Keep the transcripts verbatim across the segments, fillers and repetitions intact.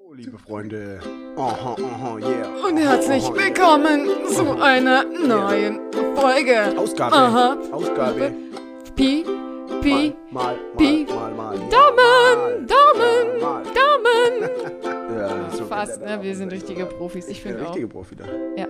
Liebe Freunde, aha, aha, yeah. Und herzlich aha, willkommen yeah. zu aha, einer yeah. neuen Folge. Ausgabe, Aha. Ausgabe. Pi, Pi, Mal, mal, Pi. mal, mal, mal. Daumen, Daumen, Mal, mal. Daumen. Ja, so Fast, geht ne? das. Wir sind richtige Profis, ich finde Ja, auch. richtige Profi da. Ja.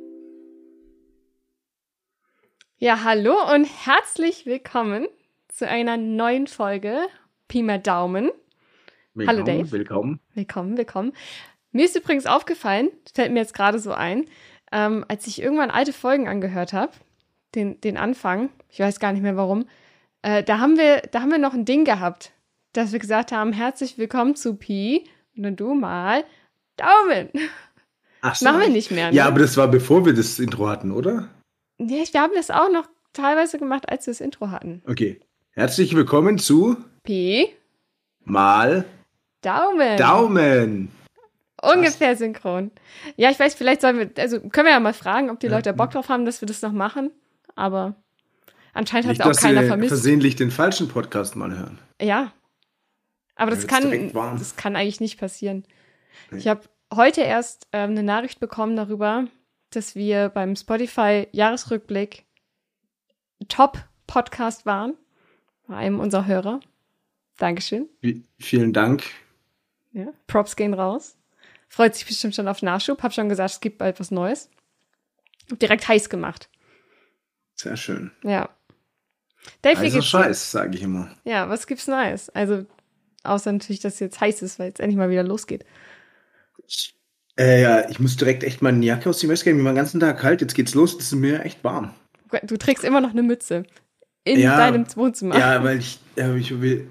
Ja, hallo und herzlich willkommen zu einer neuen Folge Pi mal Daumen. Willkommen, Hallo Dave. Willkommen. Willkommen, willkommen. Mir ist übrigens aufgefallen, fällt mir jetzt gerade so ein, ähm, als ich irgendwann alte Folgen angehört habe, den, den Anfang, ich weiß gar nicht mehr warum, äh, da haben wir, da haben wir noch ein Ding gehabt, dass wir gesagt haben, herzlich willkommen zu Pi und dann du mal Daumen. Ach so. Machen wir nicht mehr, ne? Ja, aber das war bevor wir das Intro hatten, oder? Ja, wir haben das auch noch teilweise gemacht, als wir das Intro hatten. Okay. Herzlich willkommen zu Pi, Mal Daumen. Daumen. Ungefähr synchron. Ja, ich weiß, vielleicht sollen wir, also können wir ja mal fragen, ob die Ja. Leute Bock drauf haben, dass wir das noch machen. Aber anscheinend hat Nicht, es auch dass keiner wir vermisst. versehentlich den falschen Podcast mal hören. Ja. Aber Da das wird's kann, direkt warm. das kann eigentlich nicht passieren. Nee. Ich habe heute erst ähm, eine Nachricht bekommen darüber, dass wir beim Spotify-Jahresrückblick Top-Podcast waren. Bei einem unserer Hörer. Dankeschön. Wie, vielen Dank. Ja, Props gehen raus. Freut sich bestimmt schon auf Nachschub. Hab schon gesagt, es gibt bald was Neues. Hab direkt heiß gemacht. Sehr schön. Ja. Dave, wie Also geht's dir? Scheiß, sage ich immer. Ja, was gibt's Neues? Also, außer natürlich, dass es jetzt heiß ist, weil jetzt endlich mal wieder losgeht. Äh, ja, ich muss direkt echt meine Jacke aus dem West gehen. Mir war den ganzen Tag kalt. Jetzt geht's los. Das ist mir echt warm. Du trägst immer noch eine Mütze. In Ja, deinem Wohnzimmer. Ja, weil ich, ja, ich will.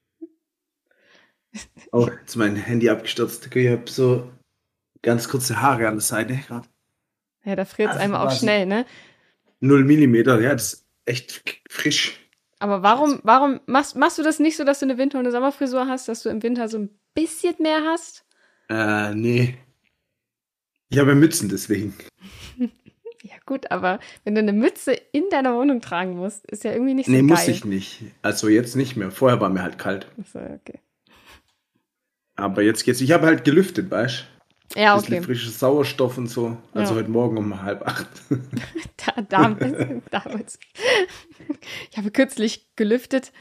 Oh, jetzt ist mein Handy abgestürzt. Ich habe so ganz kurze Haare an der Seite gerade. Ja, da friert es Also einem auch quasi- schnell, ne? Null Millimeter, ja, das ist echt frisch. Aber warum, warum machst, machst du das nicht so, dass du eine Winter- und eine Sommerfrisur hast, dass du im Winter so ein bisschen mehr hast? Äh, nee. Ich habe Mützen, deswegen. Ja gut, aber wenn du eine Mütze in deiner Wohnung tragen musst, ist ja irgendwie nicht so Nee, geil. muss ich nicht. Also jetzt nicht mehr. Vorher war mir halt kalt. Achso, okay. Aber jetzt geht's. Ich habe halt gelüftet, weißt du? Ja, Bisschen okay. frischer Sauerstoff und so. Also Ja. heute Morgen um halb acht. Da, damals, damals. Ich habe kürzlich gelüftet.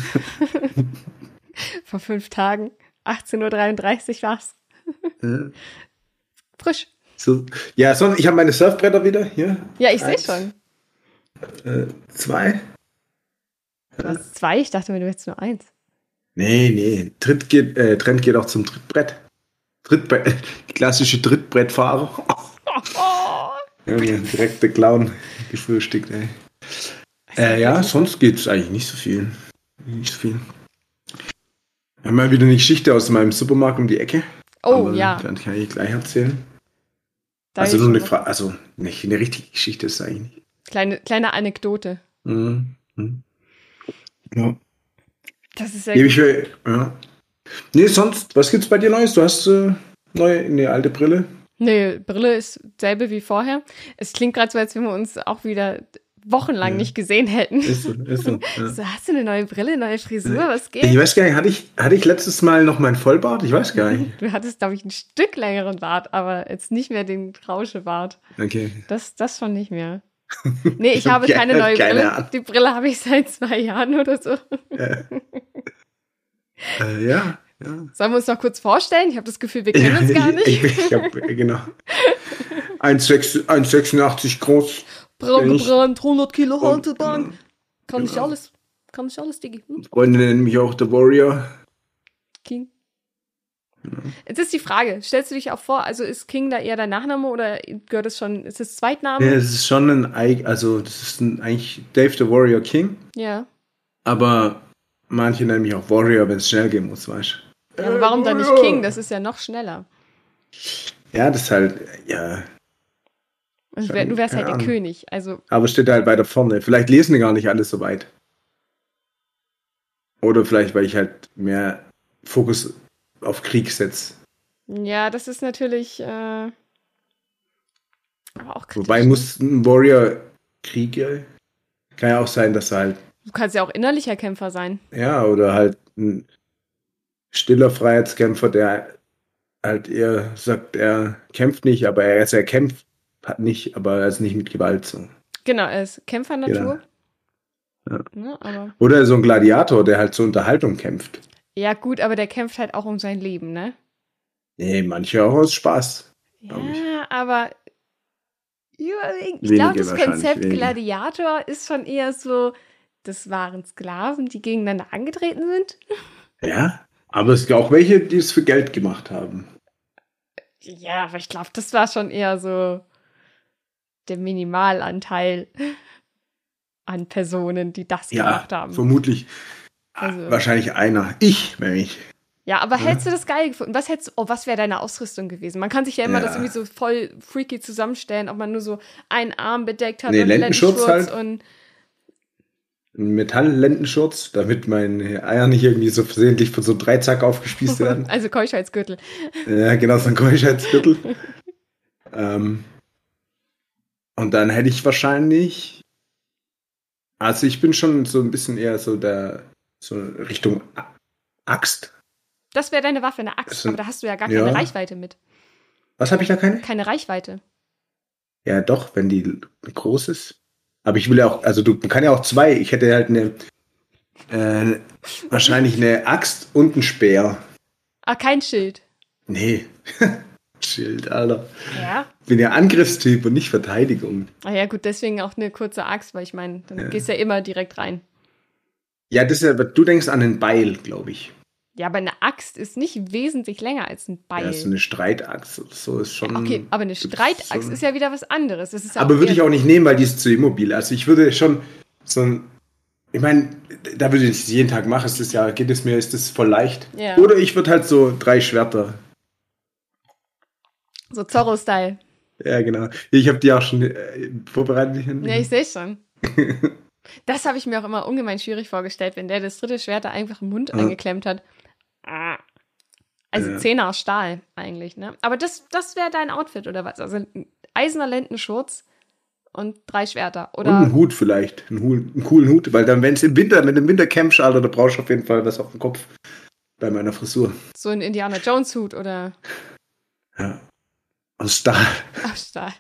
Vor fünf Tagen. achtzehn Uhr dreiunddreißig war's. Äh, Frisch. so. Ja, sonst, ich habe meine Surfbretter wieder hier. Ja, ich sehe Eins, schon. Äh, zwei. Du hast zwei, ich dachte mir, du hättest nur eins. Nee, nee. Tritt geht, äh, Trend geht auch zum Trittbrett. Trittbrett. Klassische Trittbrettfahrer. Oh, Junge, direkt der Clown gefrühstückt, ey. Äh, ja, sonst geht's eigentlich nicht so viel. Nicht so viel. Wir haben mal wieder eine Geschichte aus meinem Supermarkt um die Ecke. oh Aber ja. Dann kann ich gleich erzählen. Da also ist nur eine schon Frage, also nicht eine richtige Geschichte ist es eigentlich nicht. Kleine, kleine Anekdote. Mhm. Mhm. Ja. Das ist ja Gebe gut. ich für, ja. Nee, sonst, was gibt's bei dir Neues? Du hast äh, neue, eine alte Brille. Nee, Brille ist selbe wie vorher. Es klingt gerade so, als wenn wir uns auch wieder wochenlang Ja. nicht gesehen hätten. Ist so, ist so. Ja. So, hast du eine neue Brille, neue Frisur? Was Ich geht? weiß gar nicht, hatte ich, hatte ich letztes Mal noch meinen Vollbart? Ich weiß gar nicht. Du hattest, glaube ich, ein Stück längeren Bart, aber jetzt nicht mehr den Rauschebart. Okay. Das, das schon nicht mehr. Nee, ich Ich hab habe keine keine- neue keine Brille. Ahnung. Die Brille habe ich seit zwei Jahren oder so. Äh, äh, ja, ja. Sollen wir uns noch kurz vorstellen? Ich habe das Gefühl, wir kennen uns gar nicht. Ich, ich, ich hab, genau. eins Komma sechsundachtzig groß. Braun ich- gebrannt, hundert Kilo Und- Hantelbank. Kann ich genau. alles. Kann ich alles, Diggi. Hm? Freunde nennen mich auch der Warrior. King. Jetzt ist die Frage, stellst du dich auch vor, also ist King da eher dein Nachname oder gehört es schon, ist es Zweitname? Ja, es ist schon ein, Eig- also das ist ein, eigentlich Dave the Warrior King, Ja. aber manche nennen mich auch Warrior, wenn es schnell gehen muss, weißt du. Ja, aber warum dann nicht King? Das ist ja noch schneller. Ja, das ist halt, ja, Also wär, du wärst halt Keine der Ahnung. König. Also, aber steht halt weiter vorne. Vielleicht lesen die gar nicht alle so weit. Oder vielleicht, weil ich halt mehr Fokus auf Krieg setze. ja, das ist natürlich, äh, aber auch kritisch. Wobei muss ein Warrior Krieger, kann ja auch sein, dass er halt, Du kannst ja auch innerlicher Kämpfer sein. ja, oder halt ein stiller Freiheitskämpfer, der halt eher sagt, er kämpft nicht, aber er, also er kämpft hat nicht, aber er ist nicht mit Gewalt so. Genau, er ist Kämpfernatur. Ja. Ne, aber Oder so ein Gladiator, der halt zur Unterhaltung kämpft. ja, gut, aber der kämpft halt auch um sein Leben, ne? Nee, manche auch aus Spaß. glaub ich. Ja, aber ja, ich Wenige glaube, das wahrscheinlich, Konzept wenige. Gladiator ist schon eher so, das waren Sklaven, die gegeneinander angetreten sind. Ja, aber es gibt auch welche, die es für Geld gemacht haben. Ja, aber ich glaube, das war schon eher so der Minimalanteil an Personen, die das Ja, gemacht haben. vermutlich. Also- Wahrscheinlich einer. Ich, wenn ich. Ja, aber Ja. hättest du das geil gefunden? Was hättest oh, was wäre deine Ausrüstung gewesen? Man kann sich ja immer Ja. das irgendwie so voll freaky zusammenstellen, ob man nur so einen Arm bedeckt hat Nee, und einen Lendenschutz Lendenschutz halt. und Ein Metalllendenschutz, damit meine Eier nicht irgendwie so versehentlich von so einem Dreizack aufgespießt werden. also Keuschheitsgürtel. Ja, genau, so ein Keuschheitsgürtel. ähm, und dann hätte ich wahrscheinlich. Also ich bin schon so ein bisschen eher so der so Richtung A- Axt. Das wäre deine Waffe, eine Axt, Das sind- aber da hast du ja gar ja. keine Reichweite mit. Was habe ich da keine? Keine Reichweite. Ja, doch, wenn die groß ist. Aber ich will ja auch, also du man kann ja auch zwei. Ich hätte halt eine äh, wahrscheinlich eine Axt und einen Speer. Ah, kein Schild. Nee. Schild, Alter. Ja. Ich bin ja Angriffstyp und nicht Verteidigung. Ah ja, gut, deswegen auch eine kurze Axt, weil ich meine, dann Ja. gehst du ja immer direkt rein. Ja, das ist ja, du denkst an einen Beil, glaube ich. Ja, aber eine Axt ist nicht wesentlich länger als ein Beil. Ja, so eine Streitaxt oder so ist schon. Okay, aber eine Streitaxt so- ist ja wieder was anderes. Das ist ja Aber würde ich eher- auch nicht nehmen, weil die ist zu immobil. Also ich würde schon so ein. Ich meine, da würde ich es jeden Tag machen. Es ist ja, geht es mir, ist das voll leicht. Ja. Oder ich würde halt so drei Schwerter. So Zorro-Style. Ja, genau. Ich habe die auch schon äh, vorbereitet. Ja, ich sehe schon. Das habe ich mir auch immer ungemein schwierig vorgestellt, wenn der das dritte Schwert da einfach im Mund Ja. eingeklemmt hat. Ah. Also Ja. Zehner aus Stahl eigentlich, ne? Aber das, das wäre dein Outfit oder was? Also ein eiserner Lendenschurz und drei Schwerter. Und Oder einen Hut vielleicht. Einen, Hu- einen coolen Hut. Weil dann, wenn es im Winter, mit dem Winter campst, Alter, da brauchst du auf jeden Fall was auf dem Kopf. Bei meiner Frisur. so ein Indiana Jones Hut oder Ja. Aus Stahl. aus Stahl.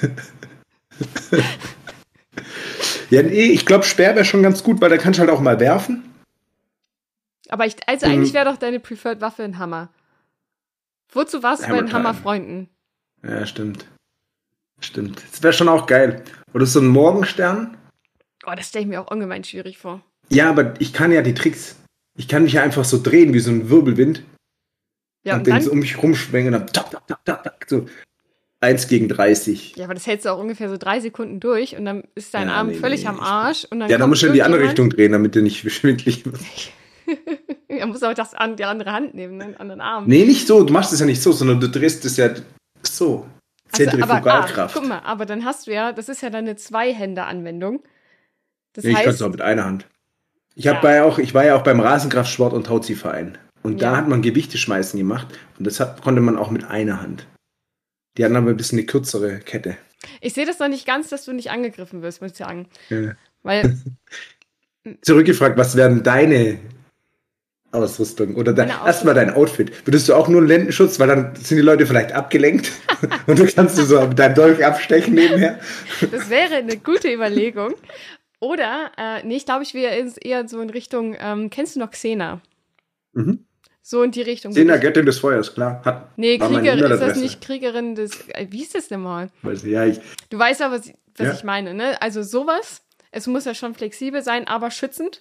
Ja, nee, ich glaube, Speer wäre schon ganz gut, weil da kannst du halt auch mal werfen. Aber ich, also Mhm. eigentlich wäre doch deine Preferred Waffe ein Hammer. Wozu warst du bei den Hammer- Hammerfreunden? Ja, stimmt. Stimmt. Das wäre schon auch geil. Oder so ein Morgenstern. Oh, das stelle ich mir auch ungemein schwierig vor. Ja, aber ich kann ja die Tricks. Ich kann mich ja einfach so drehen wie so ein Wirbelwind. Ja, und und den dann, so um mich rumschwenken und dann tak, tak, tak, tak, tak, so eins gegen dreißig. ja, aber das hältst du auch ungefähr so drei Sekunden durch und dann ist dein Ja, Arm nee, völlig nee, am ich- Arsch. Und dann Ja, dann kommt musst du in die andere irgendjemand- Richtung drehen, damit du nicht schwindelig wirst. Er muss auch das an die andere Hand nehmen, ne, den anderen Arm. Nee, nicht so. Du machst es ja nicht so, sondern du drehst es ja so. Ach so, aber, ah, Zentrifugalkraft. guck mal, aber dann hast du ja, das ist ja dann eine Zweihände-Anwendung. Das Nee, ich kann heißt, es auch mit einer Hand. Ich, hab Ja. bei auch, ich war ja auch beim Rasenkraftsport- und Tauziehverein. Und da Ja. hat man Gewichte schmeißen gemacht. Und das hat, konnte man auch mit einer Hand. Die hatten aber ein bisschen eine kürzere Kette. ich sehe das noch nicht ganz, dass du nicht angegriffen wirst, muss ich sagen. Ja. Weil, Zurückgefragt, was wären deine Ausrüstung? Oder dein, Meine erstmal dein Outfit. Würdest du auch nur einen Lendenschutz, weil dann sind die Leute vielleicht abgelenkt und du kannst du so mit deinem Dolch abstechen nebenher? das wäre eine gute Überlegung. Oder, äh, nee, ich glaube, ich wäre eher so in Richtung, ähm, kennst du noch Xena? Mhm. So in die Richtung. Zehner Göttin des Feuers, klar. Hat, Nee, war meine Kriegerin, ist das E-Mail-Adresse. nicht Kriegerin des, äh, wie ist das denn mal? Weiß ich, ja, ich, Du weißt aber, was, was Ja. ich meine, ne? Also sowas, es muss ja schon flexibel sein, aber schützend.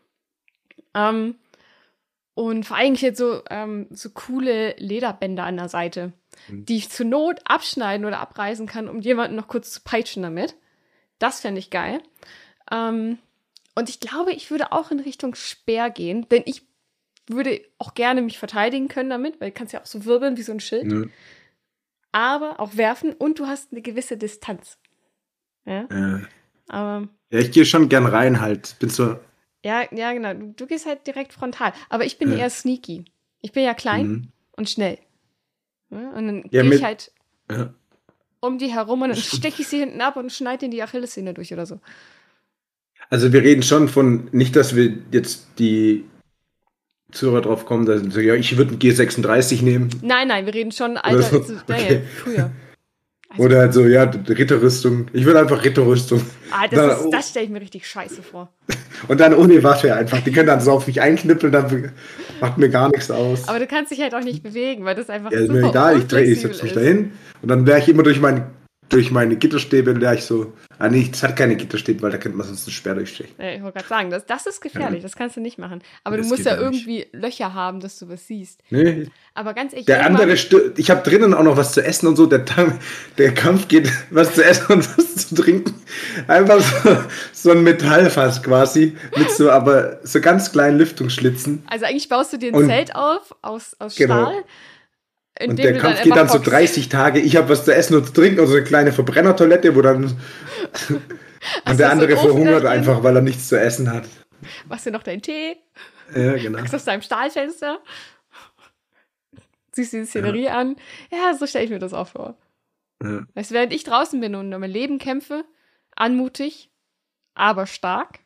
Ähm, und vor allem jetzt so, ähm, so coole Lederbänder an der Seite, Mhm. die ich zur Not abschneiden oder abreißen kann, um jemanden noch kurz zu peitschen damit. Das fände ich geil. Ähm, und ich glaube, ich würde auch in Richtung Speer gehen, denn ich würde auch gerne mich verteidigen können damit, weil du kannst ja auch so wirbeln wie so ein Schild, ne, aber auch werfen und du hast eine gewisse Distanz. Ja, äh, aber ja, ich gehe schon gern rein halt. Bin so. ja, ja, genau. Du, du gehst halt direkt frontal. Aber ich bin Ja. eher sneaky. Ich bin ja klein Mhm. und schnell. Ja, und dann Ja, gehe mit- ich halt Ja. um die herum und dann stecke ich sie hinten ab und schneide in die Achillessehne durch oder so. Also wir reden schon von, nicht, dass wir jetzt die Zuhörer drauf kommen, dass so, ja, ich würde einen G sechsunddreißig nehmen. Nein, nein, wir reden schon Alter, so, so, okay. ja, früher. Also, Oder halt so, ja, Ritterrüstung. Ich würde einfach Ritterrüstung. Ah, das, dann, ist, das stelle ich mir richtig scheiße vor. Und dann ohne Waffe einfach. Die können dann so auf mich einknüppeln, dann macht mir gar nichts aus. Aber du kannst dich halt auch nicht bewegen, weil das einfach Ja, ist super mir egal, ich, dreh- ich unflexibel setze mich ist. da hin und dann wäre ich immer durch meine, durch meine Gitterstäbe, wäre ich so. Ah, nee, es hat keine Gitterstäbe, weil da könnte man sonst einen Speer durchstechen. Ja, ich wollte gerade sagen, das, das ist gefährlich, Ja. das kannst du nicht machen. Aber Das du musst geht ja ja nicht. irgendwie Löcher haben, dass du was siehst. Nee, Aber ganz ehrlich, der irgendwann- andere, Stu- ich habe drinnen auch noch was zu essen und so, der, Tam- der Kampf geht, was zu essen und was zu trinken. Einfach so, so ein Metallfass quasi, mit so, aber so ganz kleinen Lüftungsschlitzen. Also eigentlich baust du dir ein Und- Zelt auf, aus, aus Genau. Stahl. in Und dem der du Kampf geht dann so einfach dreißig Tage. Ich habe was zu essen und zu trinken, also eine kleine Verbrennertoilette, wo dann. Und Hast der du so andere einen Ofen verhungert da drin? einfach, weil er nichts zu essen hat. Machst du noch deinen Tee, Ja, genau. guckst aus deinem Stahlfenster, siehst dir die Szenerie an. Ja, so stelle ich mir das auch vor. Ja. Weißt du, während ich draußen bin und um mein Leben kämpfe, anmutig, aber stark.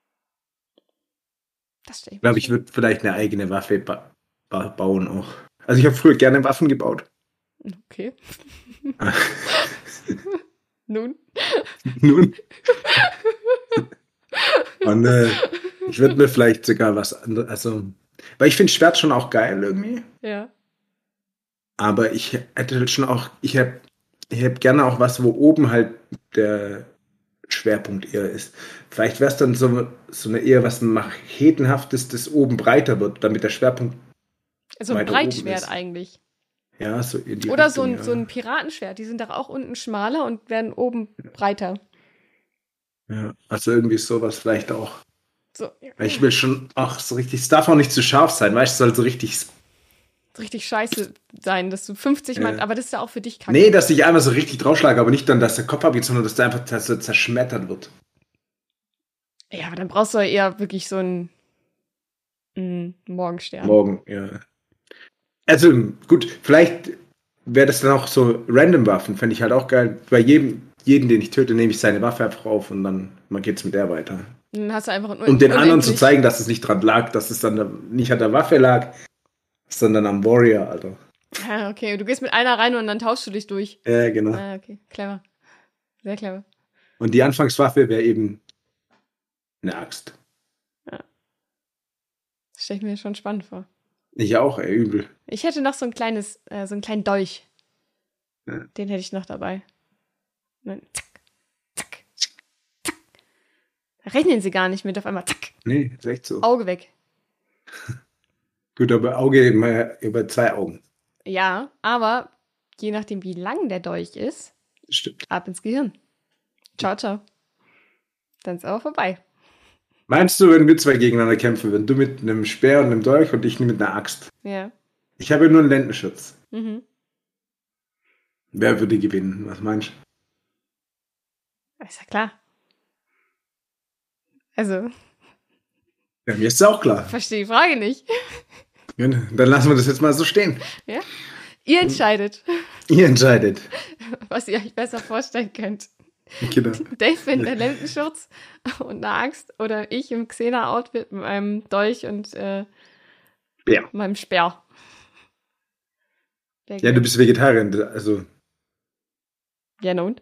Das stelle ich Ich glaube, ich würde vielleicht eine eigene Waffe ba ba bauen auch. Also ich habe früher gerne Waffen gebaut. Okay. Nun? Nun. Und äh, ich würde mir vielleicht sogar was anderes, also, weil ich finde Schwert schon auch geil irgendwie, Ja. aber ich hätte halt schon auch, ich hätte ich hätt gerne auch was, wo oben halt der Schwerpunkt eher ist. Vielleicht wäre es dann so, so eine eher was Machetenhaftes, das oben breiter wird, damit der Schwerpunkt, So ein weiter oben Breitschwert ist. eigentlich. ja, so in die Oder Richtung, so ein, ja. so ein Piratenschwert. Die sind doch auch unten schmaler und werden oben breiter. Ja, also irgendwie sowas vielleicht auch. So, Weil ich will schon, ach, so richtig, es darf auch nicht zu scharf sein, weißt du, es soll so richtig, so richtig scheiße sein, dass du fünfzig Mal, Ja. aber das ist ja auch für dich kacke. nee, dass ich einfach so richtig draufschlage, aber nicht dann, dass der Kopf abgeht, sondern dass der einfach so zerschmettert wird. Ja, aber dann brauchst du ja eher wirklich so einen, einen Morgenstern. Morgen, ja. Also, gut, vielleicht wäre das dann auch so Random-Waffen, fände ich halt auch geil. Bei jedem, jeden, den ich töte, nehme ich seine Waffe einfach auf und dann mal geht's mit der weiter. Dann hast du einfach einen Um den anderen zu unendlich- zeigen, dass es nicht dran lag, dass es dann da- nicht an der Waffe lag, sondern am Warrior, Alter. Ja, okay, du gehst mit einer rein und dann tauschst du dich durch. Ja, genau. Ah, okay, clever. Sehr clever. Und die Anfangswaffe wäre eben eine Axt. Das stelle ich mir schon spannend vor. Ich auch, ey, übel. Ich hätte noch so ein kleines, äh, so einen kleinen Dolch. Ja. Den hätte ich noch dabei. Und dann zack, zack, zack. Da rechnen sie gar nicht mit, auf einmal zack, Nee, ist echt so. Auge weg. Gut, aber Auge immer über zwei Augen. Ja, aber je nachdem, wie lang der Dolch ist, Stimmt. ab ins Gehirn. Ciao, ciao. Dann ist auch vorbei. Meinst du, wenn wir zwei gegeneinander kämpfen, wenn du mit einem Speer und einem Dolch und ich mit einer Axt? Ja. Ich habe ja nur einen Lendenschutz. Mhm. Wer würde gewinnen? Was meinst du? Ist ja klar. Also, Ja, mir ist es auch klar. verstehe die Frage nicht. Ja, dann lassen wir das jetzt mal so stehen. Ihr entscheidet, Ihr entscheidet. was ihr euch besser vorstellen könnt. Genau. Dave in der Lendenschutz und einer Axt oder ich im Xena-Outfit mit meinem Dolch und äh, Ja. meinem Speer. Wer Ja, du gewinnt? bist Vegetarier, also Ja, nun.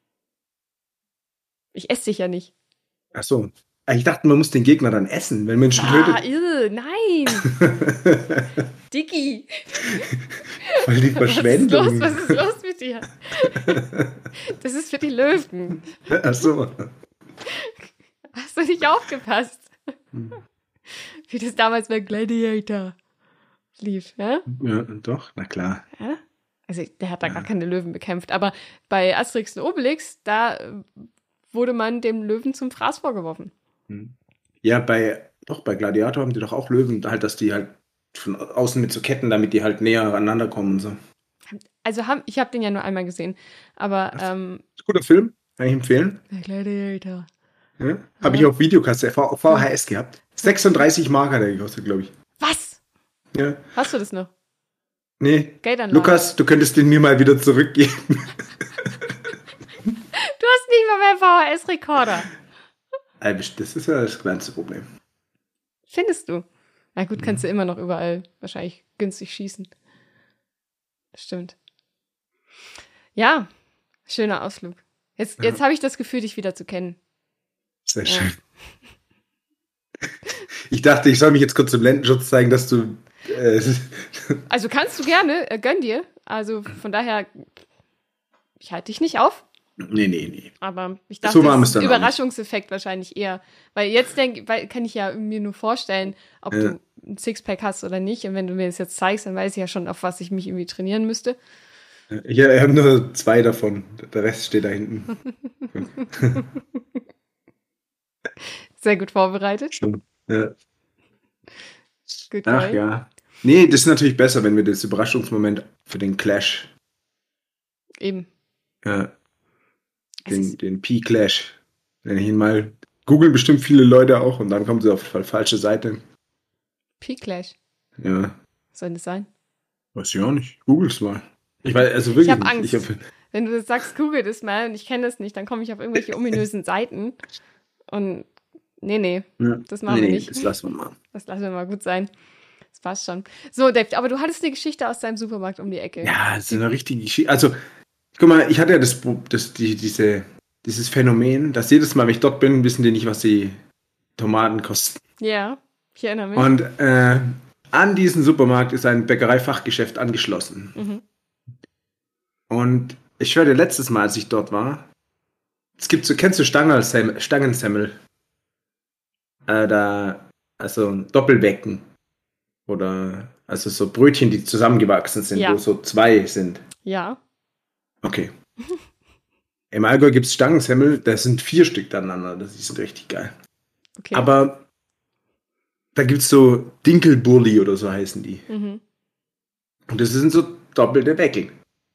Ich esse dich ja nicht. ach so. Ich dachte, man muss den Gegner dann essen, wenn Menschen Ah, tötet. irre, nein. Dicky. Voll die Verschwendung. Was ist los? Was ist los mit dir? Das ist für die Löwen. Ach so. Hast du nicht aufgepasst? Hm. Wie das damals bei Gladiator lief, ja? Ja, doch, na klar. ja? Also, der hat da gar keine Löwen bekämpft. Aber bei Asterix und Obelix, da äh, wurde man dem Löwen zum Fraß vorgeworfen. Ja, bei, doch, bei Gladiator haben die doch auch Löwen, halt, dass die halt von außen mit so Ketten, damit die halt näher aneinander kommen und so. Also, haben, ich habe den ja nur einmal gesehen. Aber, ähm, Guter Film, kann ich empfehlen. der Gladiator. Ja? Habe ich auf Videokasse, V- VHS gehabt. sechsunddreißig Mark hat er gekostet, glaube ich. Was? Ja. Hast du das noch? Nee. Geldanlage. Lukas, du könntest den mir mal wieder zurückgeben. Du hast nicht mal mehr einen V H S-Rekorder. Das ist ja das kleinste Problem. Findest du? Na gut, kannst du immer noch überall wahrscheinlich günstig schießen. Stimmt. Ja, schöner Ausflug. Jetzt, Ja. jetzt habe ich das Gefühl, dich wieder zu kennen. Sehr Ja. schön. Ich dachte, ich soll mich jetzt kurz im Lendenschutz zeigen, dass du. Äh, Also kannst du gerne, äh, gönn dir. Also von daher, ich halte dich nicht auf. nee, nee, nee. Aber ich dachte, So warm das ist ist ein dann auch Überraschungseffekt wahrscheinlich eher. Weil jetzt denk, weil, kann ich ja mir nur vorstellen, ob Ja. du ein Sixpack hast oder nicht. Und wenn du mir das jetzt zeigst, dann weiß ich ja schon, auf was ich mich irgendwie trainieren müsste. Ich habe nur zwei davon. Der Rest steht da hinten. Sehr gut vorbereitet. Ja. Good Ach call. ja. Nee, das ist natürlich besser, wenn wir das Überraschungsmoment für den Clash, Eben. ja, Es den, ist, den P-Clash, nenne ich ihn mal. Googeln bestimmt viele Leute auch und dann kommen sie auf die falsche Seite. P-Clash. Ja, Was soll das sein? weiß ich auch nicht. Google's mal. Ich weiß, also wirklich Ich hab nicht. Angst. Ich hab, Wenn du das sagst, google das mal und ich kenne das nicht, dann komme ich auf irgendwelche ominösen Seiten. Und nee, nee, ja. das machen nee, wir nee, nicht. das lassen wir mal. Das lassen wir mal gut sein. Das passt schon. So, Dave, aber du hattest eine Geschichte aus deinem Supermarkt um die Ecke. Ja, das ist eine richtige Geschichte. Also, guck mal, ich hatte ja das, das, die, diese, dieses Phänomen, dass jedes Mal, wenn ich dort bin, wissen die nicht, was die Tomaten kosten. Ja, ich erinnere mich. Und äh, an diesen Supermarkt ist ein Bäckereifachgeschäft angeschlossen. Mhm. Und ich schwöre dir, letztes Mal, als ich dort war, es gibt so, kennst du Stangensemmel? Stangensemmel? Äh, da, also Doppelwecken. Oder, also so Brötchen, die zusammengewachsen sind, Ja. wo so zwei sind. Ja. Okay. Im Allgäu gibt es Stangensemmel, da sind vier Stück aneinander. Das ist richtig geil. Okay. Aber da gibt es so Dinkelburli oder so heißen die. Mhm. Und das sind so doppelte Weckel.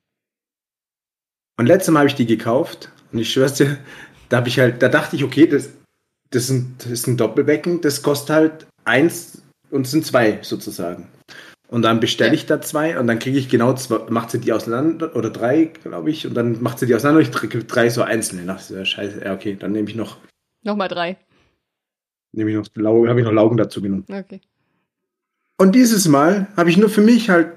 Und letztes Mal habe ich die gekauft und ich schwör's dir, da habe ich halt, da dachte ich, okay, das, das, sind, das ist ein Doppelbecken, das kostet halt eins und es sind zwei sozusagen. Und dann bestelle Ja. ich da zwei und dann kriege ich genau zwei, macht sie die auseinander, oder drei, glaube ich, und dann macht sie die auseinander und ich kriege drei so einzelne. Ach, ja, scheiße, ja, okay, dann nehme ich noch, Nochmal drei. nehme ich noch, Laugen, habe ich noch Laugen dazu genommen. Okay. Und dieses Mal habe ich nur für mich halt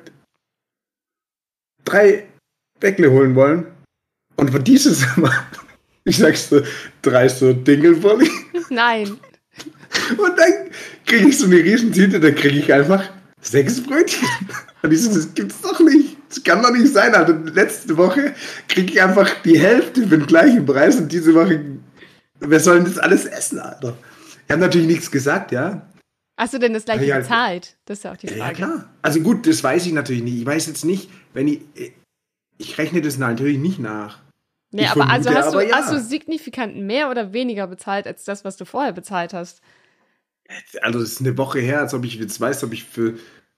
drei Weckle holen wollen. Und für dieses Mal, ich sag's dir, drei so Dingelbolli. Nein. Und dann kriege ich so eine Riesentüte, dann kriege ich einfach sechs Brötchen. Und ich so, das gibt's doch nicht. Das kann doch nicht sein. Also letzte Woche kriege ich einfach die Hälfte für den gleichen Preis und diese Woche, wer soll denn das alles essen, Alter? Ich habe natürlich nichts gesagt, ja. Hast du denn das gleiche Ja, bezahlt? Das ist ja auch die Ja, Frage. klar. Also gut, das weiß ich natürlich nicht. Ich weiß jetzt nicht, wenn ich, ich rechne das natürlich nicht nach. Nee, Ich aber also vermute hast, aber du, ja. hast du signifikant mehr oder weniger bezahlt als das, was du vorher bezahlt hast? Also das ist eine Woche her, als ob ich jetzt weiß, ob ich für,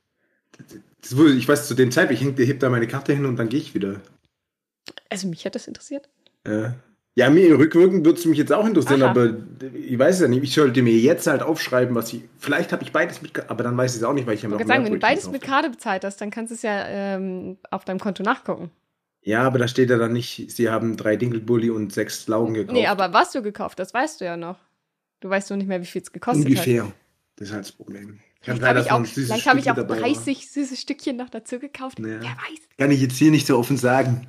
das wurde, ich weiß zu dem Zeitpunkt, ich heb, heb da meine Karte hin und dann gehe ich wieder. Also mich hat das interessiert. Ja, ja, mir rückwirkend würde es mich jetzt auch interessieren, Aha. aber ich weiß ja nicht. Ich sollte mir jetzt halt aufschreiben, was ich, vielleicht habe ich beides mit, aber dann weiß ich es auch nicht, weil ich habe Ich noch wollte sagen, wenn du Brötchen beides gekauft. mit Karte bezahlt hast, dann kannst du es ja ähm, auf deinem Konto nachgucken. Ja, aber da steht ja dann nicht, sie haben drei Dinkelbulli und sechs Laugen gekauft. Nee, aber was du gekauft hast, weißt du ja noch. Du weißt nur nicht mehr, wie viel es gekostet hat. ungefähr. Das ist halt das Problem. Ich Vielleicht drei habe ich davon auch, süße vielleicht hab ich Stücke auch dabei, dreißig süße Stückchen noch dazu gekauft. Ja. Wer weiß. Kann ich jetzt hier nicht so offen sagen.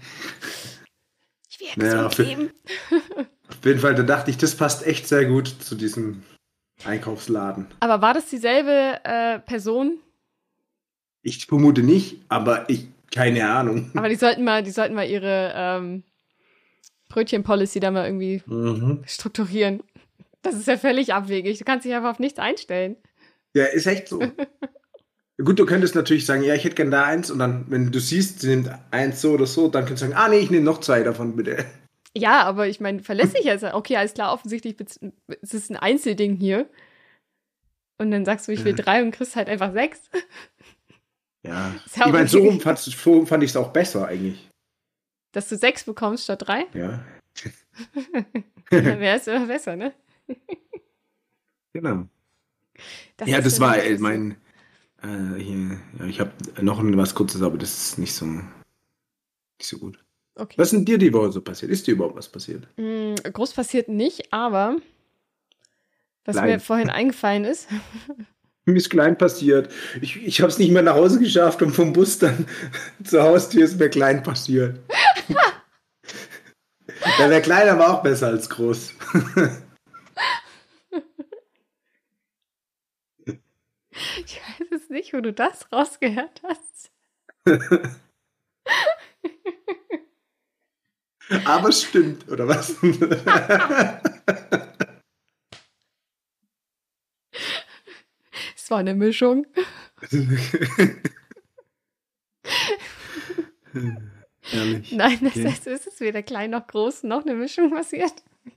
Ich will ja Naja, gesund für- leben. Auf jeden Fall, da dachte ich, das passt echt sehr gut zu diesem Einkaufsladen. Aber war das dieselbe äh, Person? Ich vermute nicht, aber ich, keine Ahnung. Aber die sollten mal, die sollten mal ihre ähm, Brötchen-Policy da mal irgendwie Mhm. strukturieren. Das ist ja völlig abwegig. Du kannst dich einfach auf nichts einstellen. Ja, ist echt so. Gut, du könntest natürlich sagen, ja, ich hätte gern da eins und dann, wenn du siehst, sie nimmt eins so oder so, dann könntest du sagen, ah nee, ich nehme noch zwei davon, bitte. Ja, aber ich meine, verlässlich jetzt. Okay, alles klar, offensichtlich bez- es ist ein Einzelding hier. Und dann sagst du, ich will Ja. drei und kriegst halt einfach sechs. Ja. Ist ja Ich meine, so okay. rum fand, so fand ich es auch besser eigentlich. Dass du sechs bekommst statt drei, Ja. dann wäre es immer besser, ne? Genau. Das ja, ist das so war das äh, ist mein, äh, hier, ja, ich habe noch was Kurzes, aber das ist nicht so, nicht so gut. so. Okay. Was ist denn dir die Woche so passiert? Ist dir überhaupt was passiert? Mm, groß passiert nicht, aber was Klein. mir vorhin eingefallen ist, Mir ist klein passiert. Ich, ich habe es nicht mehr nach Hause geschafft und vom Bus dann zur Haustür ist mir klein passiert. Ja, wer klein, aber auch besser als groß. Ich weiß es nicht, wo du das rausgehört hast. Aber es stimmt, oder was? Es war eine Mischung. Ehrlich. Nein, das Okay. heißt, es ist weder klein noch groß, noch eine Mischung passiert.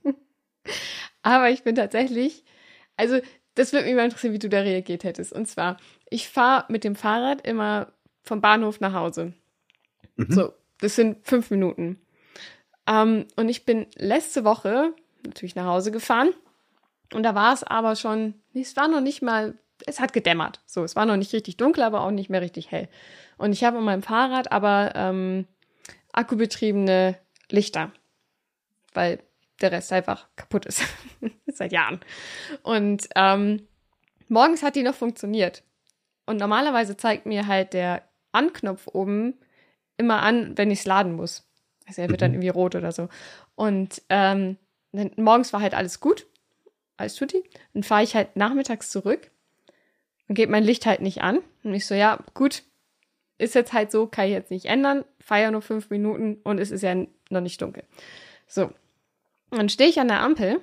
Aber ich bin tatsächlich, also das würde mich mal interessieren, wie du da reagiert hättest. Und zwar, ich fahre mit dem Fahrrad immer vom Bahnhof nach Hause. Mhm. So, das sind fünf Minuten. Ähm, und ich bin letzte Woche natürlich nach Hause gefahren. Und da war es aber schon, nee, es war noch nicht mal, es hat gedämmert. So, es war noch nicht richtig dunkel, aber auch nicht mehr richtig hell. Und ich habe an meinem Fahrrad aber ähm, akkubetriebene Lichter, weil der Rest einfach kaputt ist. Seit Jahren. Und ähm, morgens hat die noch funktioniert. Und normalerweise zeigt mir halt der Anknopf oben immer an, wenn ich es laden muss. Also er wird dann irgendwie rot oder so. Und ähm, dann, morgens war halt alles gut. Alles tutti. Dann fahre ich halt nachmittags zurück und gebe mein Licht halt nicht an. Und ich so, ja, gut, ist jetzt halt so, kann ich jetzt nicht ändern. Fahre ja nur fünf Minuten und es ist ja noch nicht dunkel. So. Und dann stehe ich an der Ampel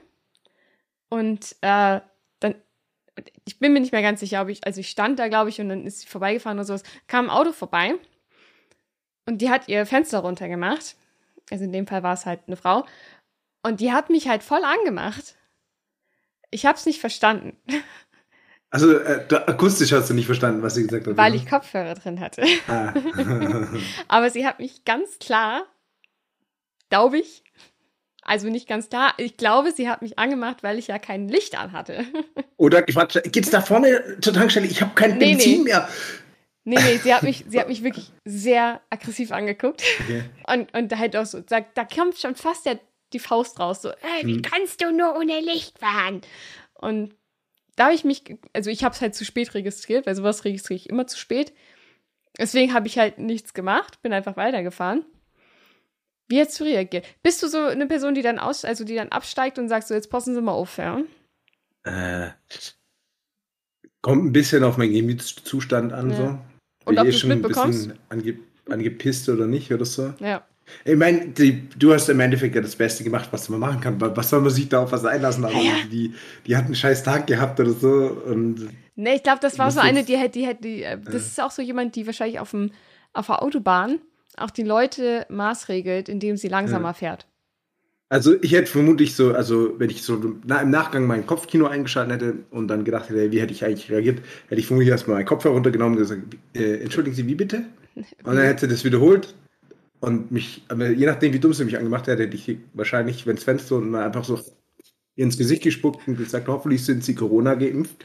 und äh, dann, ich bin mir nicht mehr ganz sicher, ob ich, also ich stand da, glaube ich, und dann ist sie vorbeigefahren oder sowas, kam ein Auto vorbei und die hat ihr Fenster runtergemacht. Also in dem Fall war es halt eine Frau. Und die hat mich halt voll angemacht. Ich habe es nicht verstanden, Also äh, da, akustisch hast du nicht verstanden, was sie gesagt hat. weil oder? ich Kopfhörer drin hatte. Ah. Aber sie hat mich ganz klar, glaube ich, also nicht ganz klar, ich glaube, sie hat mich angemacht, weil ich ja kein Licht an hatte. Oder gefragt, geht's da vorne zur Tankstelle? Ich habe kein Nee, Benzin nee. mehr. Nee, nee, sie hat mich, sie hat mich wirklich sehr aggressiv angeguckt. Okay. Und, und halt auch so, da, da kommt schon fast der, die Faust raus, so, ey, wie Hm. kannst du nur ohne Licht fahren? Und da habe ich mich, also ich habe es halt zu spät registriert, weil sowas registriere ich immer zu spät. Deswegen habe ich halt nichts gemacht, bin einfach weitergefahren. Wie hättest du reagiert? Bist du so eine Person, die dann aus, also die dann absteigt und sagt so, jetzt passen Sie mal auf, ja? Äh, kommt ein bisschen auf meinen Gemütszustand an, Ja. so. Und Bin ob eh du's schon ein mitbekommst? bisschen ange, angepisst oder nicht oder so. Ja. Ich meine, die- du hast im Endeffekt ja das Beste gemacht, was man machen kann. Was soll man sich da auf was einlassen? Aber Ja, ja. die, die hat einen scheiß Tag gehabt oder so. Und Nee, ich glaube, das war Muss so eine, jetzt- die hätte, die hätte, die, äh, das ist auch so jemand, die wahrscheinlich auf dem, auf der Autobahn auch die Leute maßregelt, indem sie langsamer Ja. fährt. Also ich hätte vermutlich so, also wenn ich so na, im Nachgang mein Kopfkino eingeschaltet hätte und dann gedacht hätte, wie hätte ich eigentlich reagiert, hätte ich vermutlich erstmal meinen Kopfhörer runtergenommen und gesagt, äh, entschuldigen Sie, wie bitte? Und dann hätte sie das wiederholt und mich, aber je nachdem, wie dumm sie mich angemacht hätte, hätte ich wahrscheinlich, wenn es Fenster und mal einfach so ins Gesicht gespuckt und gesagt, hoffentlich sind Sie Corona geimpft.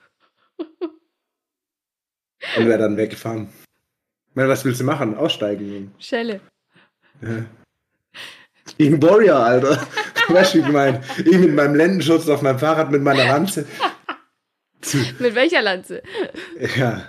Und wäre dann weggefahren. Ich meine, was willst du machen? Aussteigen? Schelle. Ja. Gegen Warrior, Alter. Weißt du, wie ich meine? Ich mit meinem Lendenschutz auf meinem Fahrrad mit meiner Lanze. Mit welcher Lanze? Ja.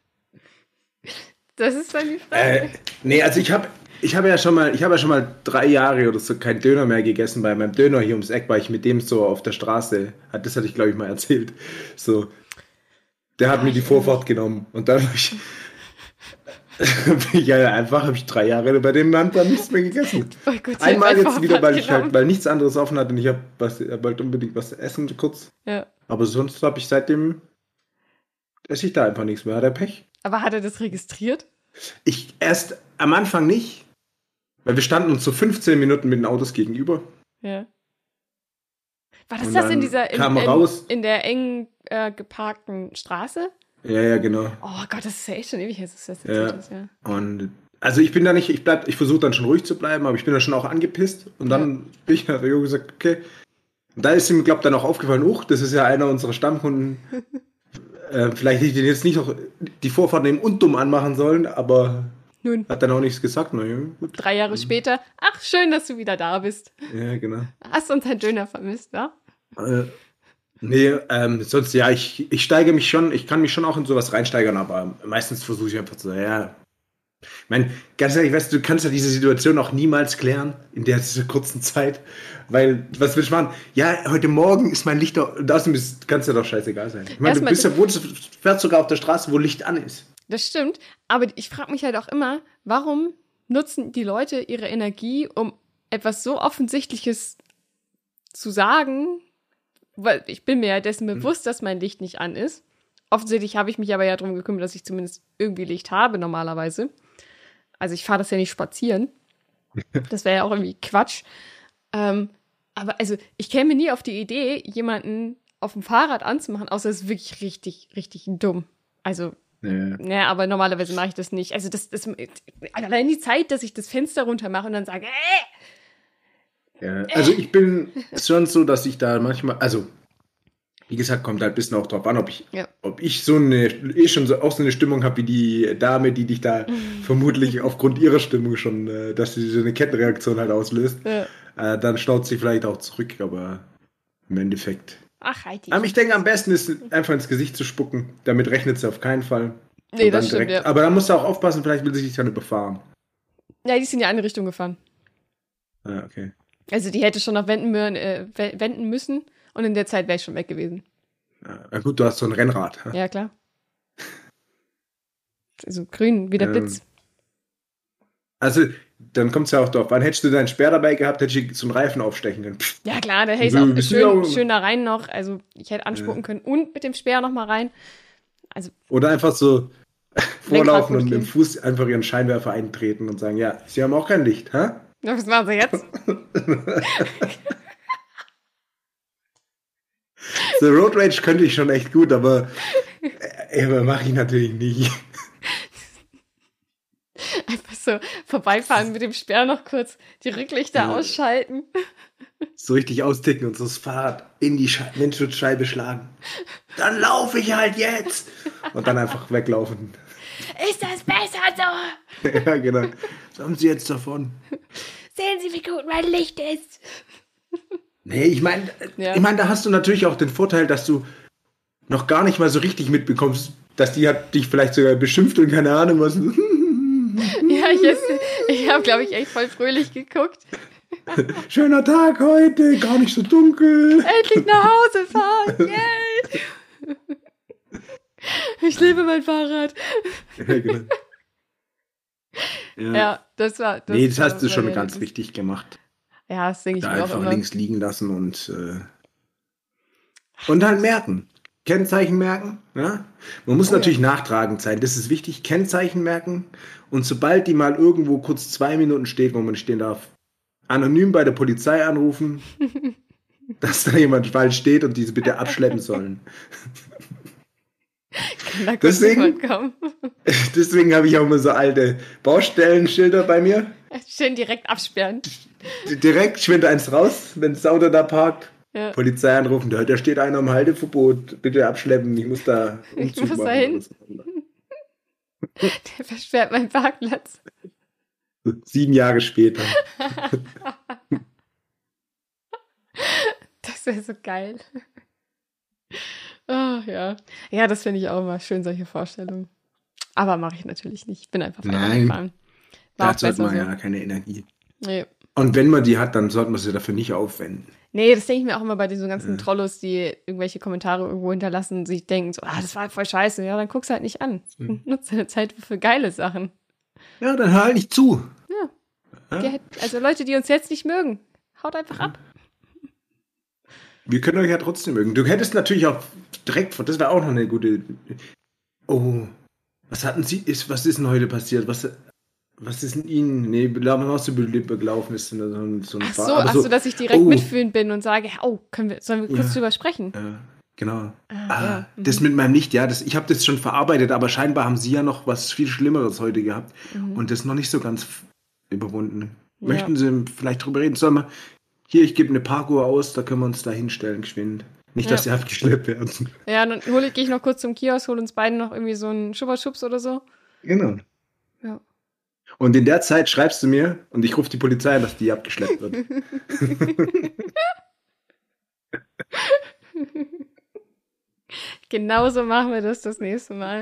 Das ist dann die Frage. Äh, nee, also ich habe ich hab ja schon mal, ich habe ja schon mal drei Jahre oder so kein Döner mehr gegessen. Bei meinem Döner hier ums Eck war ich mit dem so auf der Straße. Das hatte ich, glaube ich, mal erzählt. So. Der hat Ah, mir die ich Vorfahrt genommen. Und dann habe ich, bin ich ja einfach, habe ich drei Jahre bei dem Land dann nichts mehr gegessen. Oh Gott, Einmal sie hat jetzt wieder, weil ich genommen. halt, weil nichts anderes offen hatte und ich habe was, hab halt unbedingt was zu essen kurz. Ja. Aber sonst habe ich seitdem, esse ich da einfach nichts mehr. Hat er Pech? Aber hat er das registriert? Ich erst am Anfang nicht, weil wir standen uns so fünfzehn Minuten mit den Autos gegenüber. Ja. War das Und das in dann dieser, in, kam er in, raus. in der eng äh, geparkten Straße? Ja, ja, genau. Oh Gott, das ist ja echt schon ewig, dass das Ja. erzählt ist, ja. Und also ich bin da nicht, ich bleib, ich versuche dann schon ruhig zu bleiben, aber ich bin da schon auch angepisst. Und dann bin ich nach Rio gesagt, okay. Und da ist ihm, glaube ich, dann auch aufgefallen, uch, das ist ja einer unserer Stammkunden. äh, vielleicht hätte ich den jetzt nicht noch die Vorfahrt nehmen und dumm anmachen sollen, aber Nun, hat dann auch nichts gesagt. Na ja, gut. drei Jahre später. Ach, schön, dass du wieder da bist. Ja, genau. Hast unseren Döner vermisst, ne? Äh, Nee, ähm, sonst ja, ich, ich steige mich schon, ich kann mich schon auch in sowas reinsteigern, aber meistens versuche ich einfach zu sagen, ja. Ich meine, ganz ehrlich, weißt du, du kannst ja diese Situation auch niemals klären in der dieser kurzen Zeit, weil, was willst du machen? Ja, heute Morgen ist mein Licht doch, und außerdem kann es ja doch scheißegal sein. Ich meine, du Erstmal- bist ja, wo, du fährst sogar auf der Straße, wo Licht an ist. Das stimmt, aber ich frage mich halt auch immer, warum nutzen die Leute ihre Energie, um etwas so Offensichtliches zu sagen, weil ich bin mir ja dessen bewusst, dass mein Licht nicht an ist. Offensichtlich habe ich mich aber ja darum gekümmert, dass ich zumindest irgendwie Licht habe normalerweise. Also ich fahre das ja nicht spazieren. Das wäre ja auch irgendwie Quatsch. Ähm, aber also ich käme nie auf die Idee, jemanden auf dem Fahrrad anzumachen, außer es ist wirklich richtig, richtig dumm. Also Ja. naja, aber normalerweise mache ich das nicht. Also das, das allein die Zeit, dass ich das Fenster runter mache und dann sage, äh, Ja, also ich bin schon so, dass ich da manchmal, also wie gesagt, kommt halt ein bisschen auch drauf an, ob ich, Ja. ob ich so eine, eh schon so, auch so eine Stimmung habe wie die Dame, die dich da vermutlich aufgrund ihrer Stimmung schon, äh, dass sie so eine Kettenreaktion halt auslöst. Ja. Äh, dann staut sie vielleicht auch zurück, aber im Endeffekt. ach, halt dich. Aber ich denke, am besten ist einfach ins Gesicht zu spucken. Damit rechnet sie auf keinen Fall. Nee, Und das dann stimmt, ja. Aber da musst du auch aufpassen, vielleicht will sie dich dann überfahren. Ja, die sind ja in eine Richtung gefahren. Ah, okay. Also die hätte schon noch wenden, mü- äh, we- wenden müssen und in der Zeit wäre ich schon weg gewesen. Ja, na gut, du hast so ein Rennrad. Ja, klar. Also grün, wie der Ähm, Blitz. Also, dann kommt es ja auch darauf an. Hättest du deinen Sperr dabei gehabt, hätte ich so einen Reifen aufstechen können. Pff, Ja, klar, da hätte ich so, auch wir sind schön, ja auch- schön da rein noch. Also ich hätte anspucken können und mit dem Speer noch mal rein. Also, Oder einfach so vorlaufen und mit dem gehen. Fuß einfach ihren Scheinwerfer eintreten und sagen, ja, sie haben auch kein Licht, hä? ja, was machen sie jetzt? So Road Rage könnte ich schon echt gut, aber, äh, aber mache ich natürlich nicht. Einfach so vorbeifahren mit dem Speer noch kurz die Rücklichter Ja. ausschalten. So richtig austicken und so das Fahrrad in die Sche- Windschutzscheibe schlagen. Dann laufe ich halt jetzt! Und dann einfach weglaufen. Ist das besser so? Ja, genau. Was haben sie jetzt davon? Sehen Sie, wie gut mein Licht ist. Nee, ich meine, Ja. ich meine, da hast du natürlich auch den Vorteil, dass du noch gar nicht mal so richtig mitbekommst, dass die hat dich vielleicht sogar beschimpft und keine Ahnung was. Ja, ich, ich habe, glaube ich, echt voll fröhlich geguckt. Schöner Tag heute, gar nicht so dunkel. Endlich nach Hause fahren. Yay! Ich liebe mein Fahrrad. Ja, genau. Ja. Ja, das war. Das Nee, das war hast du schon meine- ganz richtig gemacht. Ja, das denke ich Da mir auch einfach immer. links liegen lassen und äh, und halt merken. Kennzeichen merken. Ja? Man muss Oh, natürlich nachtragend sein. Das ist wichtig. Kennzeichen merken. Und sobald die mal irgendwo kurz zwei Minuten steht, wo man stehen darf, anonym bei der Polizei anrufen, dass da jemand falsch steht und diese bitte abschleppen sollen. Kann da kurz Deswegen- jemand kommen. Deswegen habe ich auch immer so alte Baustellenschilder bei mir. Schön direkt absperren. Direkt schwindet eins raus, wenn das Auto da parkt. Ja. Polizei anrufen, da, da steht einer im Halteverbot, bitte abschleppen, ich muss da Ich Umzug muss machen da hin. oder so. Der versperrt meinen Parkplatz. Sieben Jahre später. Das wäre so geil. Oh, ja. Ja, das finde ich auch immer schön, solche Vorstellungen. Aber mache ich natürlich nicht. Ich bin einfach Fahrrad Nein. gefahren. War auch Dazu hat besser man so. ja keine Energie. Nee. Und wenn man die hat, dann sollte man sie dafür nicht aufwenden. Nee, das denke ich mir auch immer bei diesen ganzen Trollos, die irgendwelche Kommentare irgendwo hinterlassen und sich denken, so, ah, das war voll scheiße. Ja, dann guck's halt nicht an. Mhm. Nutze deine Zeit für geile Sachen. Ja, dann hör halt nicht zu. Ja. Die, also Leute, die uns jetzt nicht mögen, haut einfach ab. Wir können euch ja trotzdem mögen. Du hättest natürlich auch direkt, von- das wäre auch noch eine gute. Oh, was hatten Sie, ist, was ist denn heute passiert? Was, was ist denn Ihnen? Nee, was so gelaufen ist, so ein, so ein Ach so, Fahr- aber ach so, dass ich direkt oh. mitfühlend bin und sage, oh, können wir, sollen wir kurz Ja. drüber sprechen? Ja, genau. Ah, Ah, ja. das mit meinem Licht, ja, das, ich habe das schon verarbeitet, aber scheinbar haben Sie ja noch was viel Schlimmeres heute gehabt Mhm. und das noch nicht so ganz f- überwunden. Ja. Möchten Sie vielleicht drüber reden? Sollen wir, hier, ich gebe eine Parkuhr aus, da können wir uns da hinstellen, geschwind. Nicht, dass Sie Ja. abgeschleppt werden. Ja, dann hole gehe ich noch kurz zum Kiosk, hole uns beiden noch irgendwie so einen Schubberschubs oder so. Genau. Ja. Und in der Zeit schreibst du mir und ich rufe die Polizei an, dass die abgeschleppt wird. Genauso machen wir das das nächste Mal.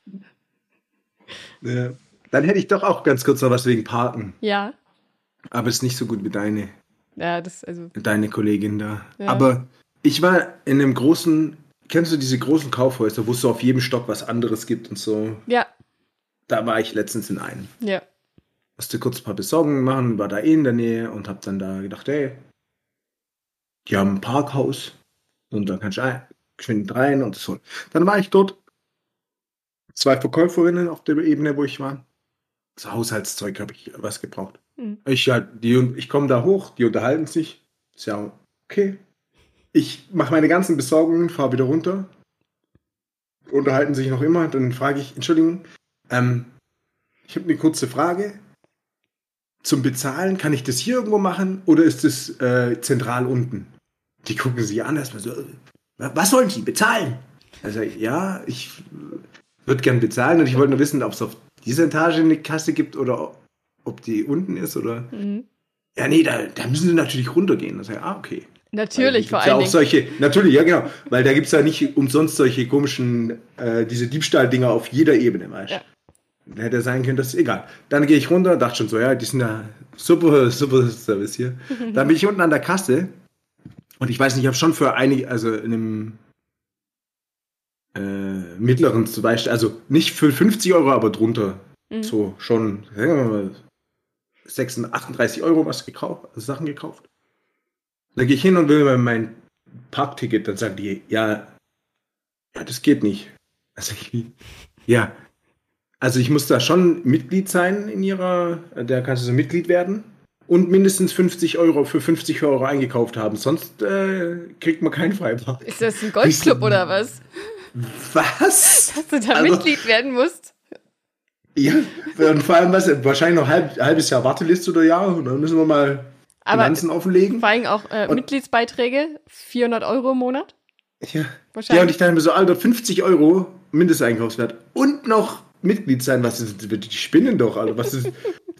Ja. Dann hätte ich doch auch ganz kurz noch was wegen Parken. Ja. Aber ist nicht so gut wie deine, Ja, das, also, deine Kollegin da. Ja. Aber ich war in einem großen, kennst du diese großen Kaufhäuser, wo es so auf jedem Stock was anderes gibt und so? ja, Da war ich letztens in einem. ja. Musste kurz ein paar Besorgungen machen, war da eh in der Nähe und hab dann da gedacht, ey, die haben ein Parkhaus und da kannst du ein, geschwind rein und so. Dann war ich dort. Zwei Verkäuferinnen auf der Ebene, wo ich war. Das Haushaltszeug habe ich was gebraucht. Mhm. Ich halt, die, ich komme da hoch, die unterhalten sich. Ist ja okay. Ich mache meine ganzen Besorgungen, fahre wieder runter. Unterhalten sich noch immer. Dann frage ich, Entschuldigung, ähm, ich habe eine kurze Frage. Zum Bezahlen, kann ich das hier irgendwo machen oder ist das äh, zentral unten? Die gucken sich an, erstmal so, was wollen Sie bezahlen? Also ja, ich würde gern bezahlen und ich wollte nur wissen, ob es auf dieser Etage eine Kasse gibt oder ob die unten ist oder. Mhm. Ja, nee, da, da müssen Sie natürlich runtergehen. Das heißt, ah, okay. Natürlich, vor Weil da allen gibt's ja auch Dingen. solche, natürlich, ja genau, weil da gibt es ja nicht umsonst solche komischen, äh, diese Diebstahldinger auf jeder Ebene, weißt du. Ja. Da hätte sein können, das ist egal. Dann gehe ich runter, dachte schon so, ja, die sind ja super, super Service hier. Dann bin ich unten an der Kasse und ich weiß nicht, ich habe schon für einige, also in einem äh, mittleren zum Beispiel, also nicht für fünfzig Euro, aber drunter, Mhm. so schon, sagen wir mal, sechsunddreißig, achtunddreißig Euro was gekauft, also Sachen gekauft. Dann gehe ich hin und will mir mein Parkticket, dann sagen die, ja, ja, das geht nicht. Also ich, ja, also ich muss da schon Mitglied sein in ihrer, da kannst du so Mitglied werden und mindestens fünfzig Euro für fünfzig Euro eingekauft haben, sonst äh, kriegt man keinen Freipark. Ist das ein Golfclub oder was? Was? Dass du da Also- Mitglied werden musst? Ja, und vor allem was, wahrscheinlich noch halb, halbes Jahr Warteliste oder Jahr und dann müssen wir mal Aber Finanzen offenlegen. vor allem auch äh, Und- Mitgliedsbeiträge, vierhundert Euro im Monat? Ja. Wahrscheinlich. Ja, und ich dachte mir so, Alter, fünfzig Euro Mindesteinkaufswert und noch Mitglied sein, was ist, die spinnen doch, Alter, was ist,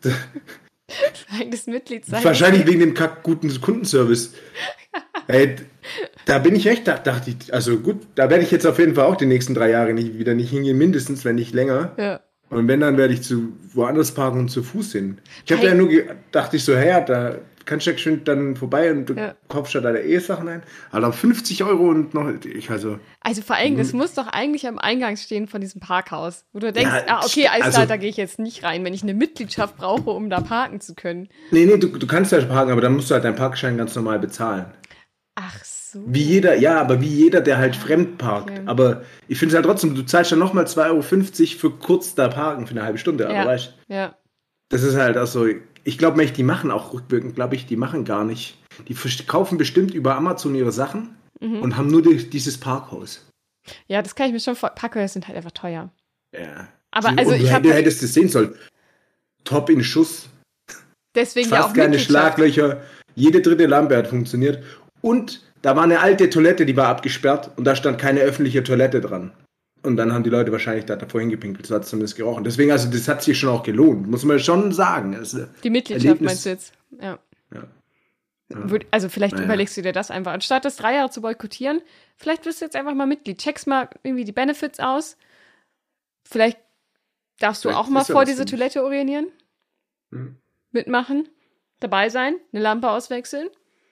Eigenes Mitglied sein. wahrscheinlich wegen dem kack guten Kundenservice. Ey, da bin ich echt, da dachte ich, also gut, da werde ich jetzt auf jeden Fall auch die nächsten drei Jahre nicht, wieder nicht hingehen, mindestens, wenn nicht länger. Ja. Und wenn, dann werde ich zu woanders parken und zu Fuß hin. Ich habe Hey. ja nur, ge- dachte ich so, hey, da kannst du ja schön dann vorbei und du Ja. kaufst ja deine E-Sachen ein. Aber fünfzig Euro und noch, ich also, Also vor allem, das muss doch eigentlich am Eingang stehen von diesem Parkhaus, wo du denkst, Ja, ah, okay, alles also- klar, da gehe ich jetzt nicht rein, wenn ich eine Mitgliedschaft brauche, um da parken zu können. nee, nee, du, du kannst ja parken, aber dann musst du halt deinen Parkschein ganz normal bezahlen. Ach so. Wie jeder, ja, aber wie jeder, der halt fremd parkt. Okay. Aber ich finde es halt trotzdem, du zahlst dann nochmal zwei Euro fünfzig für kurz da parken für eine halbe Stunde. Ja. Aber weißt Ja. das ist halt auch so, ich glaube nicht, die machen auch rückwirkend, glaube ich, die machen gar nicht. Die vers- kaufen bestimmt über Amazon ihre Sachen Mhm. und haben nur die, dieses Parkhaus. Ja, das kann ich mir schon vor. Parkhäuser sind halt einfach teuer. Ja. Aber Die- also und ich du habe hätte- halt hättest es sehen sollen. Top in Schuss. deswegen ja auch Fast keine Mitgliedschaft. Schlaglöcher. Jede dritte Lampe hat funktioniert. Und da war eine alte Toilette, die war abgesperrt und da stand keine öffentliche Toilette dran. Und dann haben die Leute wahrscheinlich da davor hingepinkelt, so hat es zumindest gerochen. Deswegen, also das hat sich schon auch gelohnt, muss man schon sagen. Also, Die Mitgliedschaft Erlebnis- meinst du jetzt? Ja. Ja. Würd- Also vielleicht Naja. überlegst du dir das einfach. Anstatt das drei Jahre zu boykottieren, vielleicht wirst du jetzt einfach mal Mitglied. Checkst mal irgendwie die Benefits aus. Vielleicht darfst du Vielleicht auch mal ist ja vor was diese für mich. Toilette urinieren, Hm. mitmachen, dabei sein, eine Lampe auswechseln.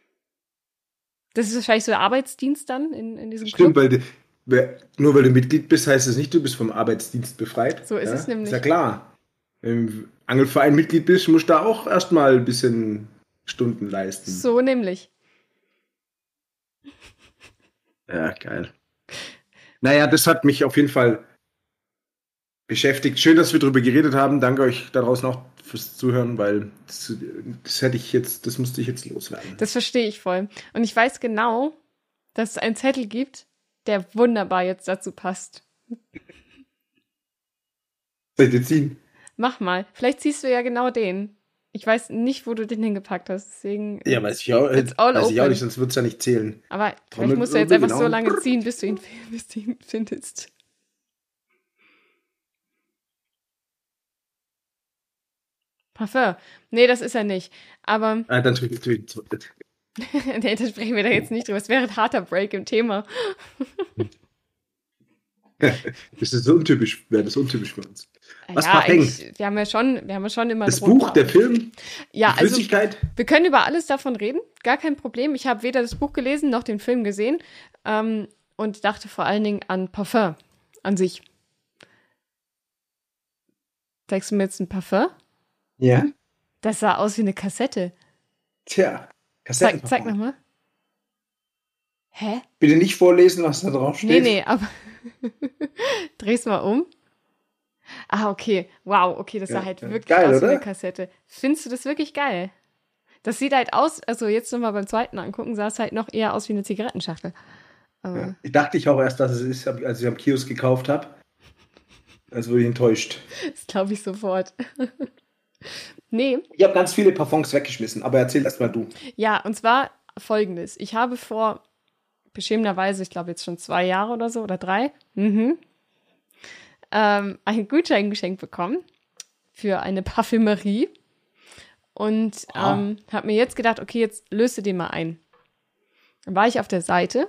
Das ist wahrscheinlich so der Arbeitsdienst dann in, in diesem Stimmt, Club. weil du, wer- nur weil du Mitglied bist, heißt es nicht, du bist vom Arbeitsdienst befreit. So ist ja? es nämlich. Ist ja klar. Wenn du im Angelverein Mitglied bist, musst du da auch erstmal ein bisschen Stunden leisten. So nämlich. Ja, geil. Naja, das hat mich auf jeden Fall beschäftigt. Schön, dass wir darüber geredet haben. Danke euch da draußen auch fürs Zuhören, weil das, das hätte ich jetzt, das musste ich jetzt loswerden. Das verstehe ich voll. Und ich weiß genau, dass es einen Zettel gibt, der wunderbar jetzt dazu passt. Soll ich dir ziehen? Mach mal. Vielleicht ziehst du ja genau den. Ich weiß nicht, wo du den hingepackt hast, deswegen. Ja, weiß ich auch, It's all weiß ich auch open. nicht, sonst wird es ja nicht zählen. Aber vielleicht Trommel- musst du jetzt einfach genau. so lange ziehen, bis du ihn, bis du ihn findest. Parfum. Nee, das ist er nicht. Aber Ah, dann drück, drück, drück. nee, da sprechen wir da jetzt nicht drüber. Es wäre ein harter Break im Thema. Das ist so untypisch, wäre das untypisch für uns. Was ja, Parfum? eigentlich, wir haben ja schon, wir haben ja schon immer Das einen roten Buch, der Faden. Film, Ja, die also Flüssigkeit? wir können über alles davon reden, gar kein Problem. Ich habe weder das Buch gelesen noch den Film gesehen ähm, und dachte vor allen Dingen an Parfum an sich. Zeigst du mir jetzt ein Parfum? Ja. Das sah aus wie eine Kassette. Tja, Zeig, Kassettenparfum. zeig nochmal. Hä? Bitte nicht vorlesen, was da drauf steht. Nee, nee, aber dreh's mal um. Ah, okay. Wow, okay, das sah Ja, halt ja. wirklich Geil, aus wie oder? eine Kassette. Findest du das wirklich geil? Das sieht halt aus, also jetzt nochmal beim zweiten angucken, sah es halt noch eher aus wie eine Zigarettenschachtel. Aber Ja. Ich dachte ich auch erst, dass es ist, als ich am Kiosk gekauft habe. Also wurde ich enttäuscht. das glaube ich sofort. Nee, Ich habe ganz viele Parfums weggeschmissen, aber erzähl erst mal du. ja, und zwar folgendes. Ich habe vor beschämenderweise, ich glaube jetzt schon zwei Jahre oder so, oder drei, mhm, ähm, einen Gutschein geschenkt bekommen für eine Parfümerie. Und Ah. ähm, habe mir jetzt gedacht, okay, jetzt löse den mal ein. Dann war ich auf der Seite.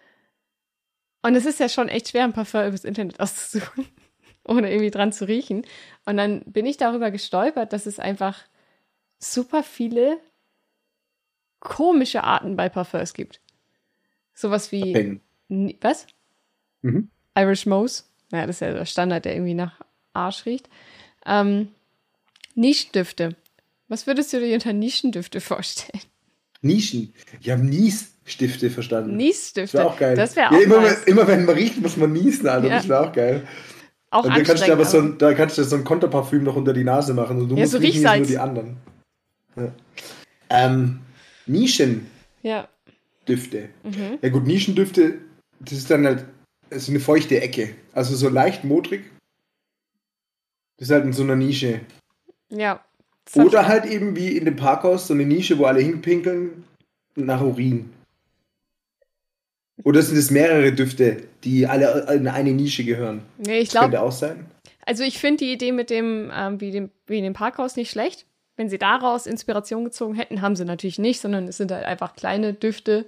Und es ist ja schon echt schwer, ein Parfum übers Internet auszusuchen, ohne irgendwie dran zu riechen. Und dann bin ich darüber gestolpert, dass es einfach super viele komische Arten bei Parfums gibt. Sowas wie, Pen. Ni- was? Mhm. Irish Moss. Ja, das ist ja der Standard, der irgendwie nach Arsch riecht. Ähm, Nischendüfte. Was würdest du dir unter Nischendüfte vorstellen? Nischen. Ich habe Niesstifte verstanden. Das Niesstifte. wäre auch geil. Das wäre ja, auch immer, nice. wenn, immer wenn man riecht, muss man niesen, Alter. Ja. Das wäre auch geil. Auch Und dann kannst du dir anstrengend. aber so aber- ein, da kannst du so ein Konterparfüm noch unter die Nase machen. Und du Ja, musst so nicht niesen, nur Riechsalz. die anderen. Ja. Ähm, Nischendüfte. Ja. Mhm. Ja gut, Nischendüfte, das ist dann halt so eine feuchte Ecke. Also so leicht modrig. Das ist halt in so einer Nische. Ja. Das Oder halt eben wie in dem Parkhaus so eine Nische, wo alle hinpinkeln nach Urin. Oder sind es mehrere Düfte, die alle in eine Nische gehören? Nee, ich Das könnte glaube, auch sein. also ich finde die Idee mit dem, ähm, wie dem, wie in dem Parkhaus nicht schlecht. Wenn sie daraus Inspiration gezogen hätten, haben sie natürlich nicht, sondern es sind halt einfach kleine Düfte.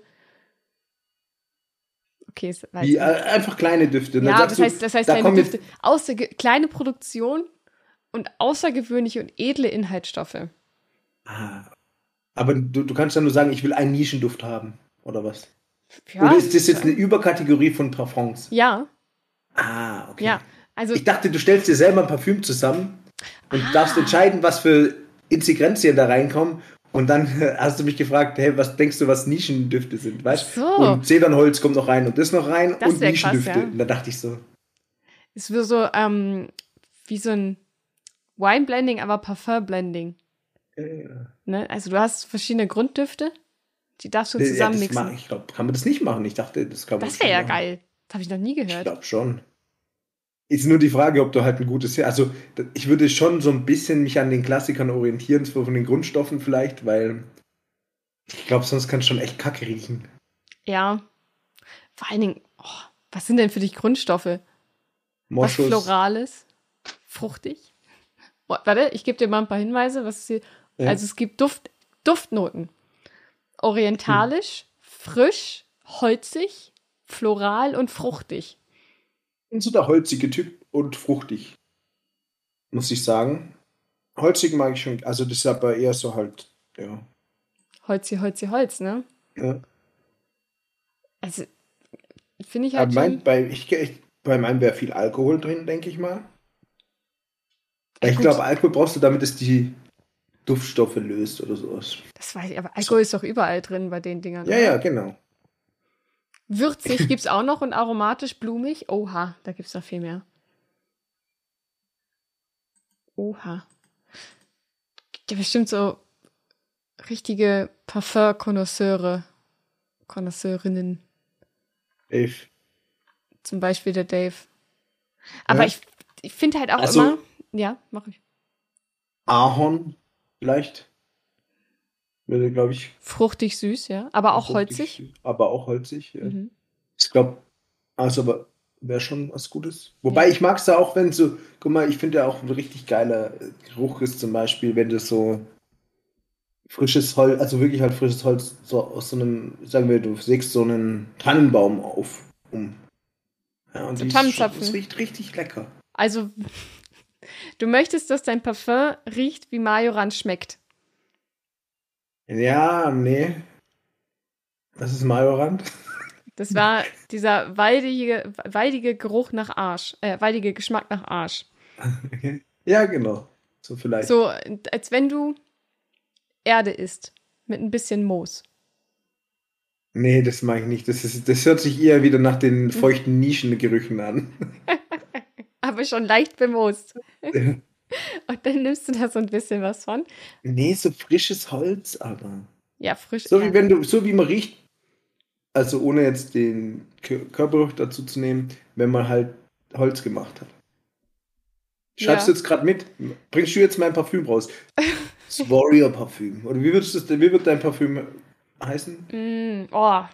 Okay, es weiß Wie, ich äh, nicht. einfach kleine Düfte. Und dann Ja, sagst das du, heißt, das heißt da kleine kommen jetzt- Düfte. Außerge kleine Produktion und außergewöhnliche und edle Inhaltsstoffe. Ah, aber du, du kannst ja nur sagen, ich will einen Nischenduft haben. Oder was? Ja, Oder ist das jetzt eine Überkategorie von Parfums? ja, Ah, okay. ja. Also, Ich dachte, du stellst dir selber ein Parfüm zusammen und Ah. darfst entscheiden, was für Ingredienzien da reinkommen. Und dann hast du mich gefragt, hey, was denkst du, was Nischendüfte sind, weißt? Ach so. Und Zedernholz kommt noch rein und das noch rein Das und wär krass, Nischendüfte. ja. Und da dachte ich so, es wird so, ähm, wie so ein Wine-Blending, aber Parfum-Blending. äh, Ne? Also du hast verschiedene Grunddüfte, die darfst du ja, das zusammenmixen. mach, ich glaube, kann man das nicht machen? Ich dachte, das kann man Das wäre ja schon machen. geil. Das habe ich noch nie Ich gehört. glaube schon. Ist nur die Frage, ob du halt ein gutes, also ich würde schon so ein bisschen mich an den Klassikern orientieren, so von den Grundstoffen vielleicht, weil ich glaube, sonst kann es schon echt kacke riechen. Ja. Vor allen Dingen, oh, was sind denn für dich Grundstoffe? Was Moschus. Florales? Fruchtig? Oh, warte, ich gebe dir mal ein paar Hinweise. Was ist hier? Ja. Also es gibt Duft, Duftnoten. Orientalisch, frisch, holzig, floral und fruchtig. bin so der holzige Typ und fruchtig, muss ich sagen. Holzig mag ich schon, also das ist aber eher so halt, ja. Holzi, Holzi, Holz, ne? ja. Also, finde ich Aber halt mein, schon. bei, ich, ich, bei meinem wäre viel Alkohol drin, denke ich mal. Ja, Ich gut. glaube, Alkohol brauchst du, damit es die Duftstoffe löst oder sowas. Das weiß ich, aber Alkohol ist doch überall drin bei den Dingern. Ja, oder? ja, genau. Würzig gibt's auch noch und aromatisch, blumig. Oha, da gibt's noch viel mehr. Oha. Gibt ja bestimmt so richtige Parfum-Konnoisseure, Konnoisseurinnen. Dave. Zum Beispiel der Dave. Aber Ja. ich, ich finde halt auch Also- immer. Ja, mach ich. Ahorn vielleicht. Würde, glaube ich. Fruchtig süß, ja. Aber auch fruchtig, holzig. Aber auch holzig, ja. Mhm. Ich glaube, also aber wäre schon was Gutes. Wobei ich mag es da auch, wenn so, guck mal, ich finde ja auch ein richtig geiler Geruch ist zum Beispiel, wenn du so frisches Holz, also wirklich halt frisches Holz, so aus so einem, sagen wir, du sägst so einen Tannenbaum auf, um Ja, und So die ist schon, Tannenzapfen. das riecht richtig lecker. Also, du möchtest, dass dein Parfum riecht, wie Majoran schmeckt. Ja, nee. Was ist Majorand? Das war dieser waldige, waldige Geruch nach Arsch. Äh, waldige Geschmack nach Arsch. Okay. Ja, genau. So vielleicht. So, als wenn du Erde isst. Mit ein bisschen Moos. Nee, das mag ich nicht. Das, ist, das hört sich eher wieder nach den feuchten Nischengerüchen an. Aber schon leicht bemoost. Und dann nimmst du da so ein bisschen was von. Nee, so frisches Holz, aber. Ja, frisch. So ja. wie wenn du, so wie man riecht, also ohne jetzt den Kör- Körpergeruch dazu zu nehmen, wenn man halt Holz gemacht hat. Schreibst du Ja. jetzt gerade mit? Bringst du jetzt mein Parfüm raus? Das Warrior-Parfüm. Oder wie würdest du das, wie wird dein Parfüm heißen? Mm, oh,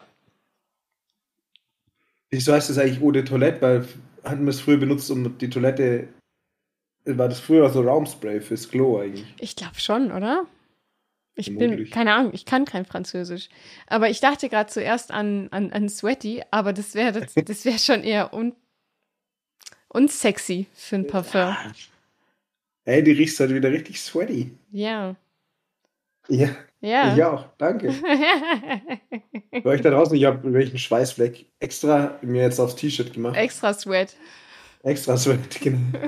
Wieso heißt das eigentlich Eau de Toilette? Weil hatten wir es früher benutzt, um die Toilette. War das früher so Raumspray fürs Klo eigentlich? ich glaube schon, oder? Ich bin, Vermutlich. keine Ahnung, ich kann kein Französisch. Aber ich dachte gerade zuerst an, an, an Sweaty, aber das wäre das, das wär schon eher un, unsexy für ein Parfum. Ey, die riecht halt wieder richtig sweaty. Ja. Ja, Ja. ich auch. Danke. Für euch da draußen, ich habe welchen Schweißfleck extra mir jetzt aufs T-Shirt gemacht. Extra Sweat. Extra Sweat, genau.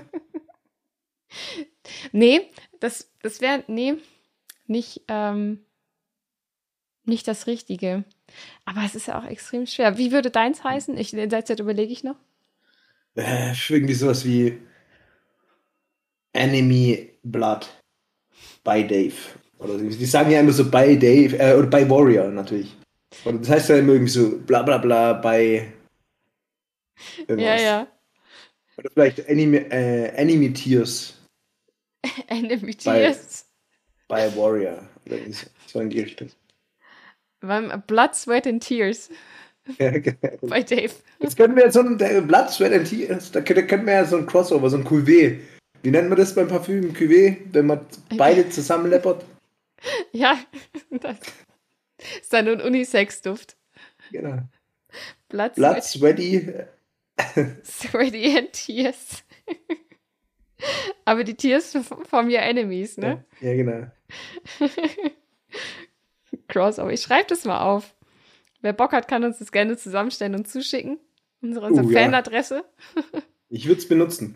Nee, das, das wäre, nee, nicht, ähm, nicht das Richtige. Aber es ist ja auch extrem schwer. Wie würde deins heißen? Ich, in der Zeit überlege ich noch. Äh, irgendwie sowas wie Enemy Blood by Dave. Oder so. Die sagen ja immer so by Dave, äh, oder by Warrior natürlich. Oder das heißt ja immer irgendwie so bla bla bla by irgendwas. Ja, ja. Oder vielleicht Enemy, äh, Enemy Tears Enemy Tears. by Warrior. Oder irgendwie so, so in die Richtung. Beim Blood, Sweat and Tears Ja, genau. bei Dave. Jetzt können wir so ein der Blood, Sweat and Tears, da können da können wir ja so ein Crossover, so ein Cuvée. Wie nennt man das beim Parfüm? Cuvée, wenn man beide zusammenleppert? Ja, das ist dann ein Unisex-Duft. Genau. Blood, Blood, Sweat, Sweaty. Sweaty and Tears. Aber die Tears from your enemies, ne? Ja, ja, genau. Crossover. Ich schreibe das mal auf. Wer Bock hat, kann uns das gerne zusammenstellen und zuschicken. Unsere, unsere Uh, ja. Fanadresse. Ich würde es benutzen.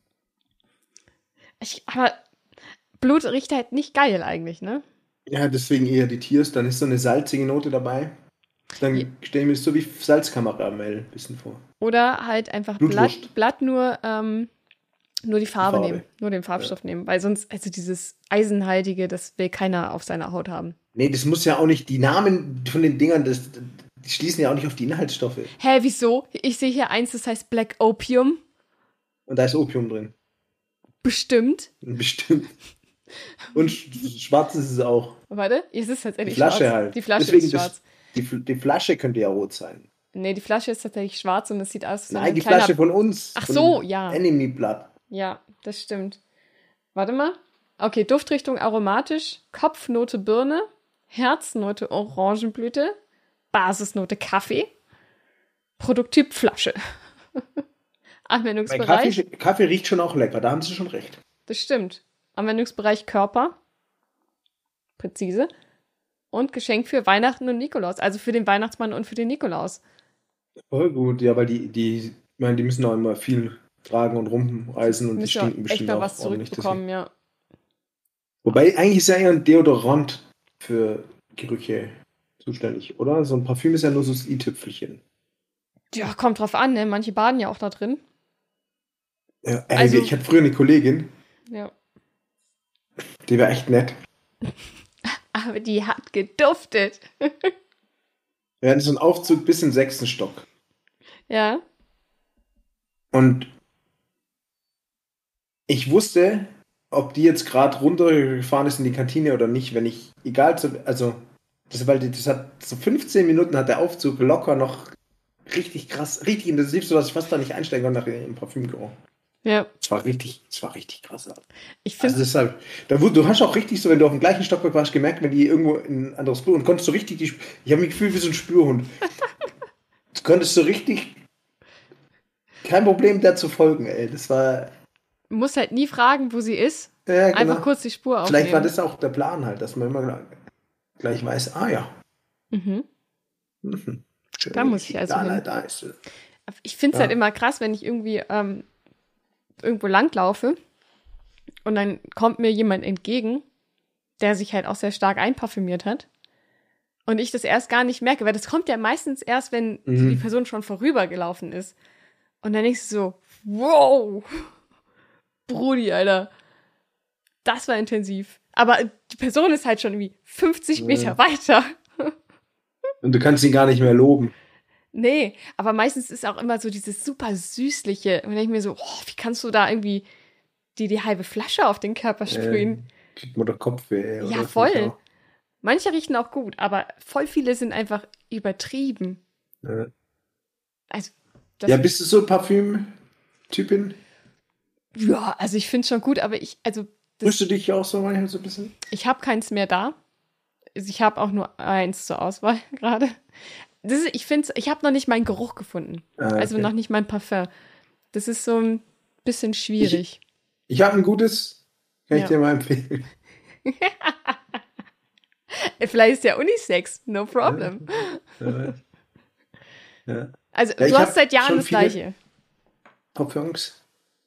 Ich, aber Blut riecht halt nicht geil eigentlich, ne? Ja, deswegen eher die Tears. Dann ist so eine salzige Note dabei. Dann Ja. stelle ich mir das so wie Salzkaramell ein bisschen vor. Oder halt einfach Blutwurst. Blatt, Blatt nur, ähm, nur die Farbe, Farbe. nehmen. Nur den Farbstoff nehmen. Weil sonst, also dieses Eisenhaltige, das will keiner auf seiner Haut haben. Nee, das muss ja auch nicht, die Namen von den Dingern, das, die schließen ja auch nicht auf die Inhaltsstoffe. Hä, wieso? Ich sehe hier eins, das heißt Black Opium. Und da ist Opium drin. Bestimmt. Bestimmt. Und sch- schwarz ist es auch. Warte, es ist Die tatsächlich Flasche schwarz. halt. Die Flasche Deswegen ist schwarz. Das, die, Fl- die Flasche könnte ja rot sein. Nee, die Flasche ist tatsächlich schwarz und es sieht aus wie so Nein, ein die kleiner... Flasche von uns. Ach von so, ja. Enemy Blood. Ja, das stimmt. Warte mal. Okay, Duftrichtung aromatisch, Kopfnote Birne, Herznote Orangenblüte, Basisnote Kaffee, Produkttyp Flasche. Mein Anwendungsbereich, Kaffee, Kaffee riecht schon auch lecker, da haben sie schon recht. das stimmt. Anwendungsbereich Körper, präzise. Und Geschenk für Weihnachten und Nikolaus, also für den Weihnachtsmann und für den Nikolaus. Voll gut, ja, weil die, die, ich meine, die müssen auch immer viel tragen und rumreisen und die Müssen wir stinken echt bestimmt mal auch was ordentlich. zurückbekommen, ja. Wobei, eigentlich ist ja eher ein Deodorant für Gerüche zuständig, oder? So ein Parfüm ist ja nur so das i-Tüpfelchen. Ja, kommt drauf an, ne? Manche baden ja auch da drin. Ja, ey, Also- ich hatte früher eine Kollegin, Ja. die war echt nett. Aber die hat geduftet. Wir hatten so einen Aufzug bis in den sechsten Stock. Ja. Und ich wusste, ob die jetzt gerade runtergefahren ist in die Kantine oder nicht, wenn ich, egal, zu, also, das, weil die, das hat so fünfzehn Minuten hat der Aufzug locker noch richtig krass, richtig intensiv, sodass ich fast da nicht einsteigen konnte nach dem Parfümgeruch. Ja. Es war richtig, es war richtig krass. Ich finde Also deshalb, da, wurde- du hast auch richtig so, wenn du auf dem gleichen Stockwerk warst, gemerkt, wenn die irgendwo in ein anderes Blut und konntest so richtig, die, ich habe mich gefühlt wie so ein Spürhund. Du konntest so richtig kein Problem, der zu folgen, ey. Das war. Muss halt nie fragen, wo sie ist. Ja, genau. Einfach kurz die Spur aufnehmen. Vielleicht war das auch der Plan halt, dass man immer gleich weiß, ah ja. Mhm. Mhm. Schön, Da muss ich also da, hin. da ist sie. Ich finde es Ja. halt immer krass, wenn ich irgendwie ähm, irgendwo langlaufe und dann kommt mir jemand entgegen, der sich halt auch sehr stark einparfümiert hat und ich das erst gar nicht merke, weil das kommt ja meistens erst, wenn Mhm. die Person schon vorübergelaufen ist. Und dann denkst du so, wow, Brudi, Alter, das war intensiv. Aber die Person ist halt schon irgendwie fünfzig Ja. Meter weiter. Und du kannst ihn gar nicht mehr loben. Nee, aber meistens ist auch immer so dieses super süßliche. Und dann denke ich mir so, oh, wie kannst du da irgendwie die, die halbe Flasche auf den Körper sprühen? Äh, kriegt man doch Kopfweh. Ey, Ja, oder? voll. Manche riechen auch gut, aber voll viele sind einfach übertrieben. Ja. Also, das, Ja, bist du so Parfüm-Typin? ja, also ich finde es schon gut, aber ich, also Das- Mischst du dich auch so manchmal so ein bisschen? ich habe keins mehr da. Also ich habe auch nur eins zur Auswahl gerade. Das ist, ich finde, ich habe noch nicht meinen Geruch gefunden. Ah, Also okay. noch nicht mein Parfum. Das ist so ein bisschen schwierig. Ich habe ein gutes, kann ich Ja. dir mal empfehlen. Vielleicht ist ja Unisex, no problem. Ja. Ja. Also Ja, ich du hast hab seit Jahren schon das viele- Gleiche. Parfüms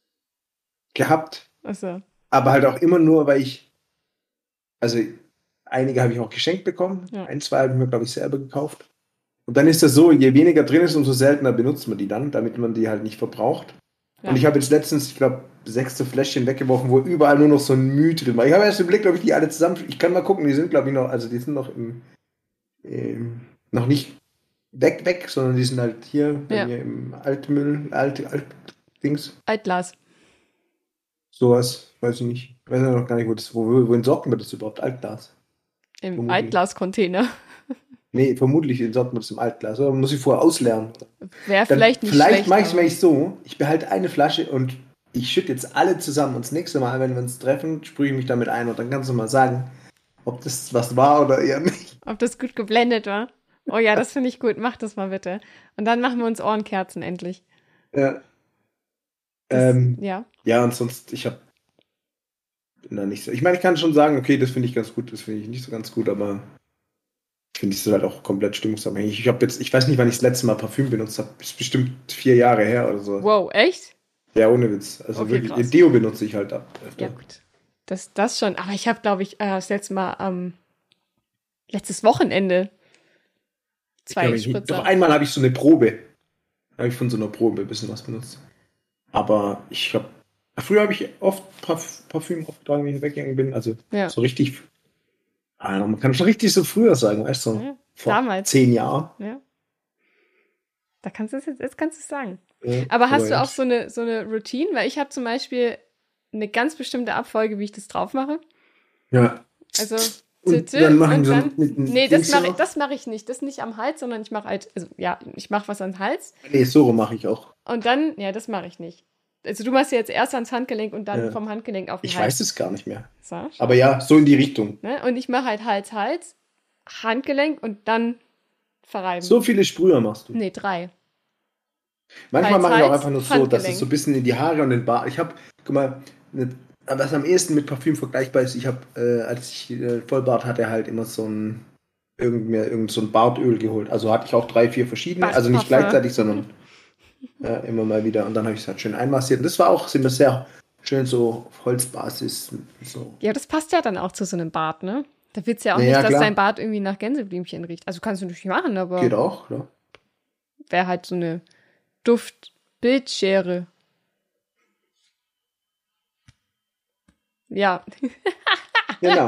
gehabt, Achso. aber halt auch immer nur, weil ich, also einige habe ich auch geschenkt bekommen, Ja. ein, zwei habe ich mir, glaube ich, selber gekauft. Und dann ist das so, je weniger drin ist, umso seltener benutzt man die dann, damit man die halt nicht verbraucht. Ja. Und ich habe jetzt letztens, ich glaube, sechste Fläschchen weggeworfen, wo überall nur noch so ein Müh drin war. Ich habe erst überlegt, ob ich die alle zusammen, ich kann mal gucken, die sind, glaube ich, noch, also die sind noch im, im noch nicht weg, weg, sondern die sind halt hier bei Ja. mir im Altmüll, Alt, Alt, Dings. Altglas. Sowas, weiß ich nicht. Ich weiß ja noch gar nicht, wo das, wo, wo entsorgen wir das überhaupt? Altglas? Im Vermutlich. Altglas-Container. Nee, vermutlich entsorgt man das im Altglas. Oder muss ich vorher ausleeren? Wäre Dann, vielleicht nicht vielleicht schlecht. mache ich es aber- mir so, ich behalte eine Flasche und ich schütte jetzt alle zusammen. Und das nächste Mal, wenn wir uns treffen, sprühe ich mich damit ein und dann kannst du mal sagen, ob das was war oder eher nicht. Ob das gut geblendet war. Oh ja, das finde ich gut. Mach das mal bitte. Und dann machen wir uns Ohrenkerzen endlich. Ja. Das, Ähm, ja. ja, und sonst, ich habe na nicht so. Ich meine, ich kann schon sagen, okay, das finde ich ganz gut, das finde ich nicht so ganz gut, aber finde ich es halt auch komplett stimmungsabhängig. Ich habe jetzt, ich weiß nicht, wann ich das letzte Mal Parfüm benutzt habe. Ist bestimmt vier Jahre her oder so. Wow, echt? Ja, ohne Witz. Also Okay, wirklich, krass. Deo benutze ich halt ab. öfter. Ja, gut. Das, das schon. Aber ich habe, glaube ich, äh, das letzte Mal am letztes Wochenende Ich zwei kann mich nicht- Spritzer. Doch einmal habe ich so eine Probe. Habe ich von so einer Probe ein bisschen was benutzt. Aber ich habe. Früher habe ich oft Parf Parfüm aufgetragen, wenn ich weggegangen bin. Also Ja. so richtig. Ah, man kann schon richtig so früher sagen, weißt du? So Ja, vor damals. zehn Jahren. Ja. Da kannst du es jetzt, jetzt kannst du es sagen. Ja, Aber hast du ja. auch so eine, so eine Routine? Weil ich habe zum Beispiel eine ganz bestimmte Abfolge, wie ich das drauf mache. Ja. Also Und tü- tü, dann machen und wir dann, mit dem nee, das Dings mache ich, noch? das mache ich nicht. Das nicht am Hals, sondern ich mache halt, also ja, ich mache was am Hals. Nee, so rum mache ich auch. Und dann, ja, das mache ich nicht. Also du machst ja jetzt erst ans Handgelenk und dann Ja. vom Handgelenk auf den Ich Hals. weiß es gar nicht mehr. So, Aber ja, so in die Richtung. ne? Und ich mache halt Hals, Hals, Handgelenk und dann verreiben. So viele Sprüher machst du. Nee, drei. Manchmal Hals, mache ich auch Hals, einfach nur so, dass Handgelenk. es so ein bisschen in die Haare und den Bart. Ich habe, guck mal, ne, was am ehesten mit Parfüm vergleichbar ist, ich habe, äh, als ich äh, Vollbart hatte, halt immer so ein irgend, mir irgend so ein Bartöl geholt. Also hatte ich auch drei, vier verschiedene, also nicht Bartparfum. gleichzeitig, sondern ja, immer mal wieder. Und dann habe ich es halt schön einmassiert. Und das war auch, sind wir sehr schön so auf Holzbasis. So. Ja, das passt ja dann auch zu so einem Bart, ne? Da willst du ja auch Ja, nicht, dass klar. dein Bart irgendwie nach Gänseblümchen riecht. Also kannst du natürlich machen, aber Geht auch, ne? wäre halt so eine Duft-Bildschere. Ja. Genau.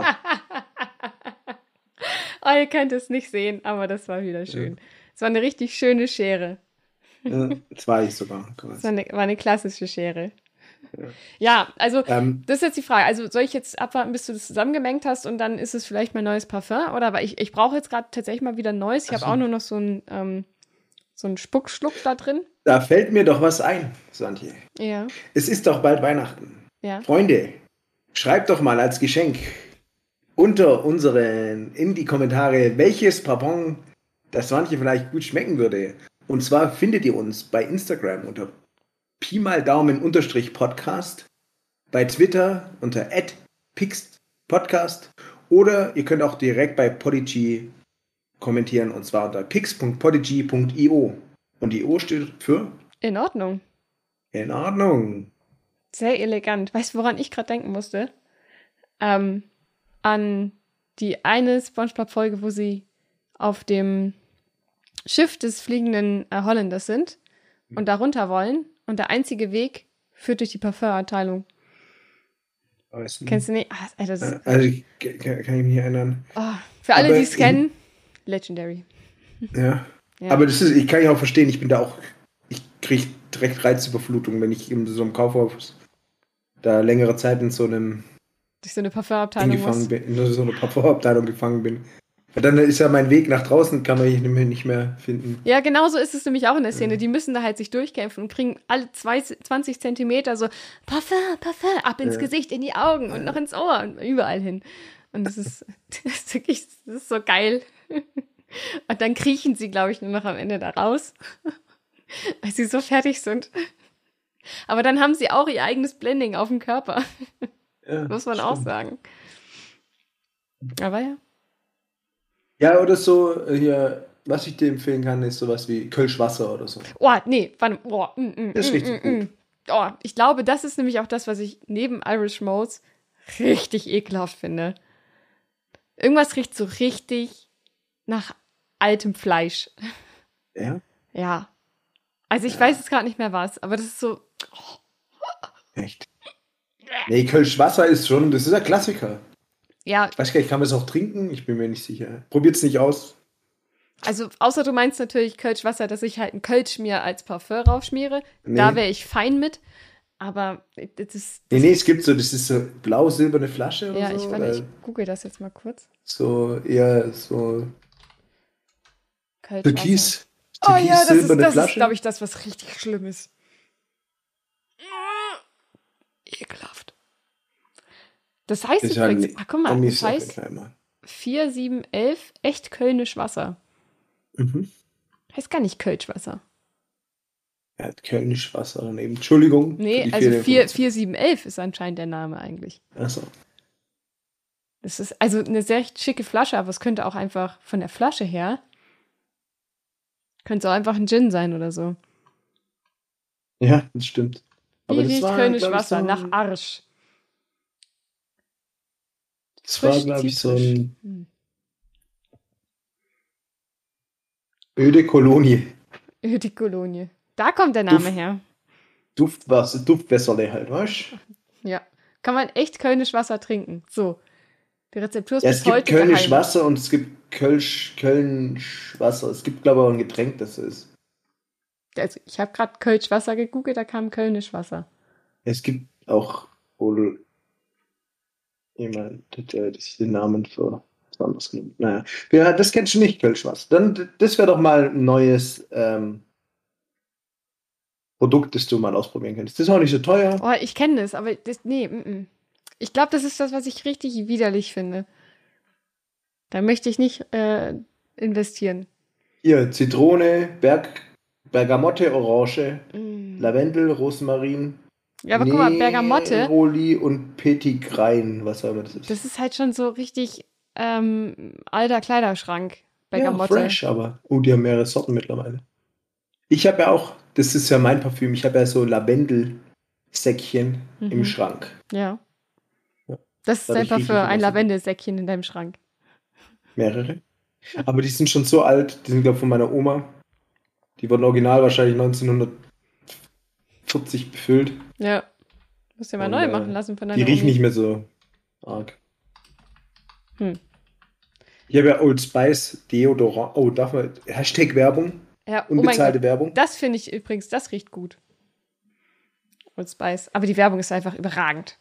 Oh, ihr könnt es nicht sehen, aber das war wieder schön. Es war eine richtig schöne Schere. Ja, zwei sogar. Es war eine, war eine klassische Schere. Ja, also Ähm, das ist jetzt die Frage. Also soll ich jetzt abwarten, bis du das zusammengemengt hast und dann ist es vielleicht mein neues Parfum? Oder weil ich, ich brauche jetzt gerade tatsächlich mal wieder ein neues. Ich habe Ach so. auch nur noch so einen ähm, so einen Spuckschluck da drin. da fällt mir doch was ein, Santje. Ja, Es ist doch bald Weihnachten. ja. Freunde, schreibt doch mal als Geschenk unter unseren, in die Kommentare, welches Parfum das manche vielleicht gut schmecken würde. Und zwar findet ihr uns bei Instagram unter Pi mal Daumen unterstrich Podcast, bei Twitter unter at pixpodcast oder ihr könnt auch direkt bei Podigy kommentieren und zwar unter pix punkt podigy punkt io. Und die O steht für? In Ordnung. In Ordnung. Sehr elegant. Weißt du, woran ich gerade denken musste? Ähm, an die eine SpongeBob-Folge, wo sie auf dem Schiff des fliegenden äh, Holländers sind und da runter wollen. Und der einzige Weg führt durch die Parfümabteilung. Weiß nicht. Kennst du nicht? Ah, das ist, Also ich, kann, kann ich mich nicht erinnern. oh, für alle, Aber die es ich- kennen, legendary. Ja. Ja. Aber das ist, ich kann ja auch verstehen, ich bin da auch, ich kriege direkt Reizüberflutung, wenn ich in so einem Kaufhaus da längere Zeit in so einem Durch so eine Parfümabteilung gefangen muss. bin, in so einer Parfumabteilung gefangen bin. Ja, dann ist ja mein Weg nach draußen, kann man hier nicht mehr finden. Ja, genau so ist es nämlich auch in der Szene. Die müssen da halt sich durchkämpfen und kriegen alle zwei, zwanzig Zentimeter so Parfum, Parfum, ab ins Ja. Gesicht, in die Augen und noch ins Ohr und überall hin. Und das ist, das ist wirklich, das ist so geil. Und dann kriechen sie, glaube ich, nur noch am Ende da raus, weil sie so fertig sind. Aber dann haben sie auch ihr eigenes Blending auf dem Körper, Ja, muss man stimmt. auch sagen. Aber ja. Ja, oder so, äh, hier, was ich dir empfehlen kann, ist sowas wie Kölsch-Wasser oder so. Oh, nee, warte, oh, mm, mm, Das ist mm, richtig mm, mm. Oh, ich glaube, das ist nämlich auch das, was ich neben Irish Modes richtig ekelhaft finde. Irgendwas riecht so richtig nach altem Fleisch. Ja? Ja. Also ich Ja. weiß jetzt gerade nicht mehr was, aber das ist so, Echt? Nee, Kölsch-Wasser ist schon, das ist ein Klassiker. ja, Ich weiß gar nicht, kann man es auch trinken? Ich bin mir nicht sicher. Probiert's nicht aus. also außer du meinst natürlich Kölschwasser, dass ich halt ein Kölsch mir als Parfum raufschmiere. Nee. Da wäre ich fein mit. Aber das ist, Nee, nee, es gibt so, das ist so blau-silberne Flasche oder ja, so. ich, oder warte, ich google das jetzt mal kurz. so eher so Kölschwasser. türkis, Oh ja, das ist, türkis-silberne das ist Flasche. glaube ich, das, was richtig schlimm ist. Ekelhaft. Das heißt Das ist halt übrigens, eine ach guck mal, das Ami-Sache, heißt gleich mal. vier sieben elf echt Kölnisch Wasser. Mhm. Heißt gar nicht Kölschwasser. Er hat Kölnisch Wasser daneben. Entschuldigung. für Nee, die also fehlende vier Information. sieben elf ist anscheinend der Name eigentlich. Achso. Das ist also eine sehr schicke Flasche, aber es könnte auch einfach von der Flasche her, könnte auch einfach ein Gin sein oder so. Ja, das stimmt. Wie das riecht war, Kölnisch glaub ich, Wasser? so ein- Nach Arsch. Das war, Frisch, glaube ich, so zitrisch. ein Hm. öde Kolonie. Die Kolonie. Da kommt der Name Duft. her. Duftwasser, Duftwässerle halt, weißt du? Ja. Kann man echt Kölnisch Wasser trinken. So. Die Rezeptur ist Ja, bis es gibt heute Kölnisch geheim. Wasser und es gibt Kölsch, Kölnisch Wasser. Es gibt, glaube ich, auch ein Getränk, das so ist. Also ich habe gerade Kölsch Wasser gegoogelt, da kam Kölnisch Wasser. Es gibt auch wohl jemand, der sich den Namen für was anderes nimmt. Naja, ja, das kennst du nicht, Kölsch Wasser. Dann, das wäre doch mal ein neues ähm, Produkt, das du mal ausprobieren könntest. Das ist auch nicht so teuer. Oh, ich kenne das, aber das, nee, mm, mm. Ich glaube, das ist das, was ich richtig widerlich finde. Da möchte ich nicht äh, investieren. Hier, Zitrone, Berg, Bergamotte, Orange, Mm. Lavendel, Rosmarin, Ja, aber guck mal, Bergamotte, Neroli und Petitgrain, was auch immer das ist. das ist halt schon so richtig ähm, alter Kleiderschrank. Ja, Bergamotte. fresh, aber. Oh, die haben mehrere Sorten mittlerweile. Ich habe ja auch, das ist ja mein Parfüm, ich habe ja so Lavendelsäckchen Mhm. im Schrank. Ja. Ja. Das ist Dadurch einfach rieche für ich ein immer so. Lavendelsäckchen in deinem Schrank. Mehrere. Aber die sind schon so alt, die sind, glaube ich, von meiner Oma. Die wurden original wahrscheinlich neunzehnhundertvierzig befüllt. Ja. Musst du mal Und, neu äh, machen lassen von deiner Die riechen Omi. nicht mehr so arg. Hm. Ich habe ja Old Spice Deodorant. Oh, darf man. Hashtag Werbung. Ja, oh mein Unbezahlte Gott. Werbung. Das finde ich übrigens, das riecht gut. Old Spice. Aber die Werbung ist einfach überragend.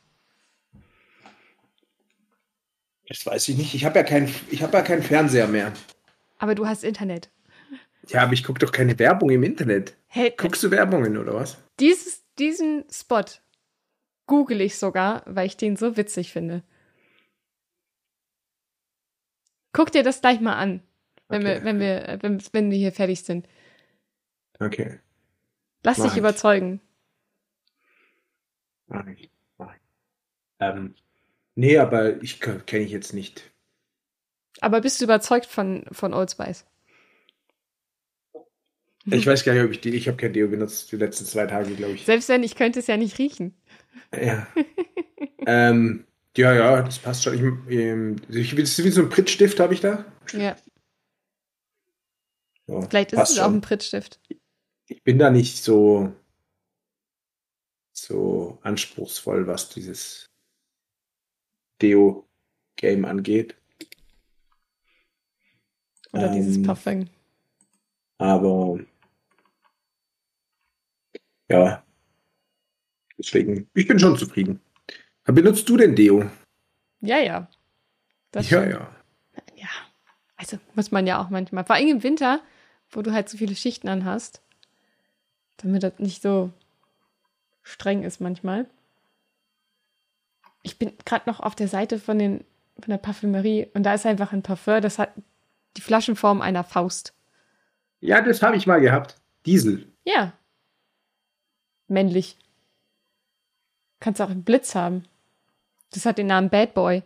Das weiß ich nicht. Ich habe ja keinen ich habe ja keinen Fernseher mehr. Aber du hast Internet. Ja, aber ich gucke doch keine Werbung im Internet. Hey, Guckst du Werbungen oder was? dieses, diesen Spot google ich sogar, weil ich den so witzig finde. Guck dir das gleich mal an, wenn Okay. wir, wenn wir, äh, wenn, wenn wir hier fertig sind. Okay. Lass Mach dich ich. überzeugen. Mach ich. Mach ich. Ähm, nee, aber ich kenne ich jetzt nicht. Aber bist du überzeugt von, von Old Spice? Ich weiß gar nicht, ob ich die, ich habe kein Deo benutzt die letzten zwei Tage, glaube ich. Selbst wenn, ich könnte es ja nicht riechen. Ja. ähm, ja, ja, das passt schon. Ich, ähm, ich, das ist wie so ein Prittstift habe ich da. Ja. Ja, Vielleicht ist passt es auch schon. ein Prittstift. Ich bin da nicht so, so anspruchsvoll, was dieses Deo-Game angeht. Oder dieses Ähm, Parfum. Aber ja, deswegen, ich bin schon zufrieden. Benutzt du denn Deo? Ja, ja. Das Ja, schon. ja. Ja. Also muss man ja auch manchmal. Vor allem im Winter, wo du halt so viele Schichten anhast. Damit das nicht so streng ist manchmal. Ich bin gerade noch auf der Seite von, den, von der Parfümerie und da ist einfach ein Parfum, das hat die Flaschenform einer Faust. Ja, das habe ich mal gehabt. Diesel. Ja. Männlich. Kannst auch einen Blitz haben. Das hat den Namen Bad Boy.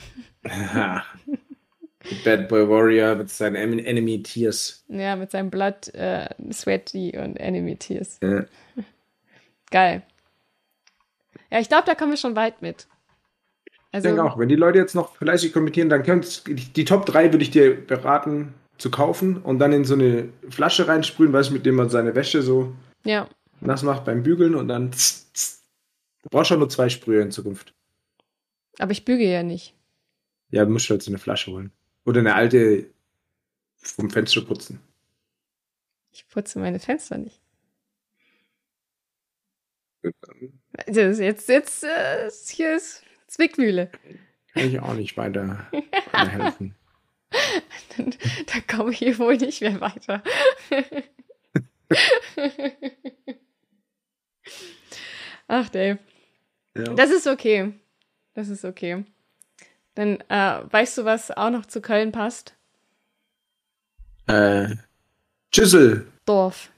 Bad Boy Warrior mit seinen En- Enemy Tears. Ja, mit seinem Blood, äh, Sweaty und Enemy Tears. Ja. Geil. Ja, ich glaube, da kommen wir schon weit mit. Ich Also, denke auch, wenn die Leute jetzt noch fleißig kommentieren, dann könnt's, die Top drei würde ich dir beraten zu kaufen und dann in so eine Flasche reinsprühen, weißt du, mit dem man seine Wäsche so ja. nass macht beim Bügeln und dann tss, tss. Du brauchst schon nur zwei Sprühe in Zukunft. Aber ich büge ja nicht. Ja, du musst halt so eine Flasche holen. Oder eine alte vom Fenster putzen. Ich putze meine Fenster nicht. Das ist jetzt, jetzt, äh, hier ist Zwickmühle. Kann ich auch nicht weiter, weiter helfen. Da komme ich hier wohl nicht mehr weiter. Ach, Dave. Ja. Das ist okay. Das ist okay. Dann äh, weißt du, was auch noch zu Köln passt? Äh, Tschüssel. Dorf.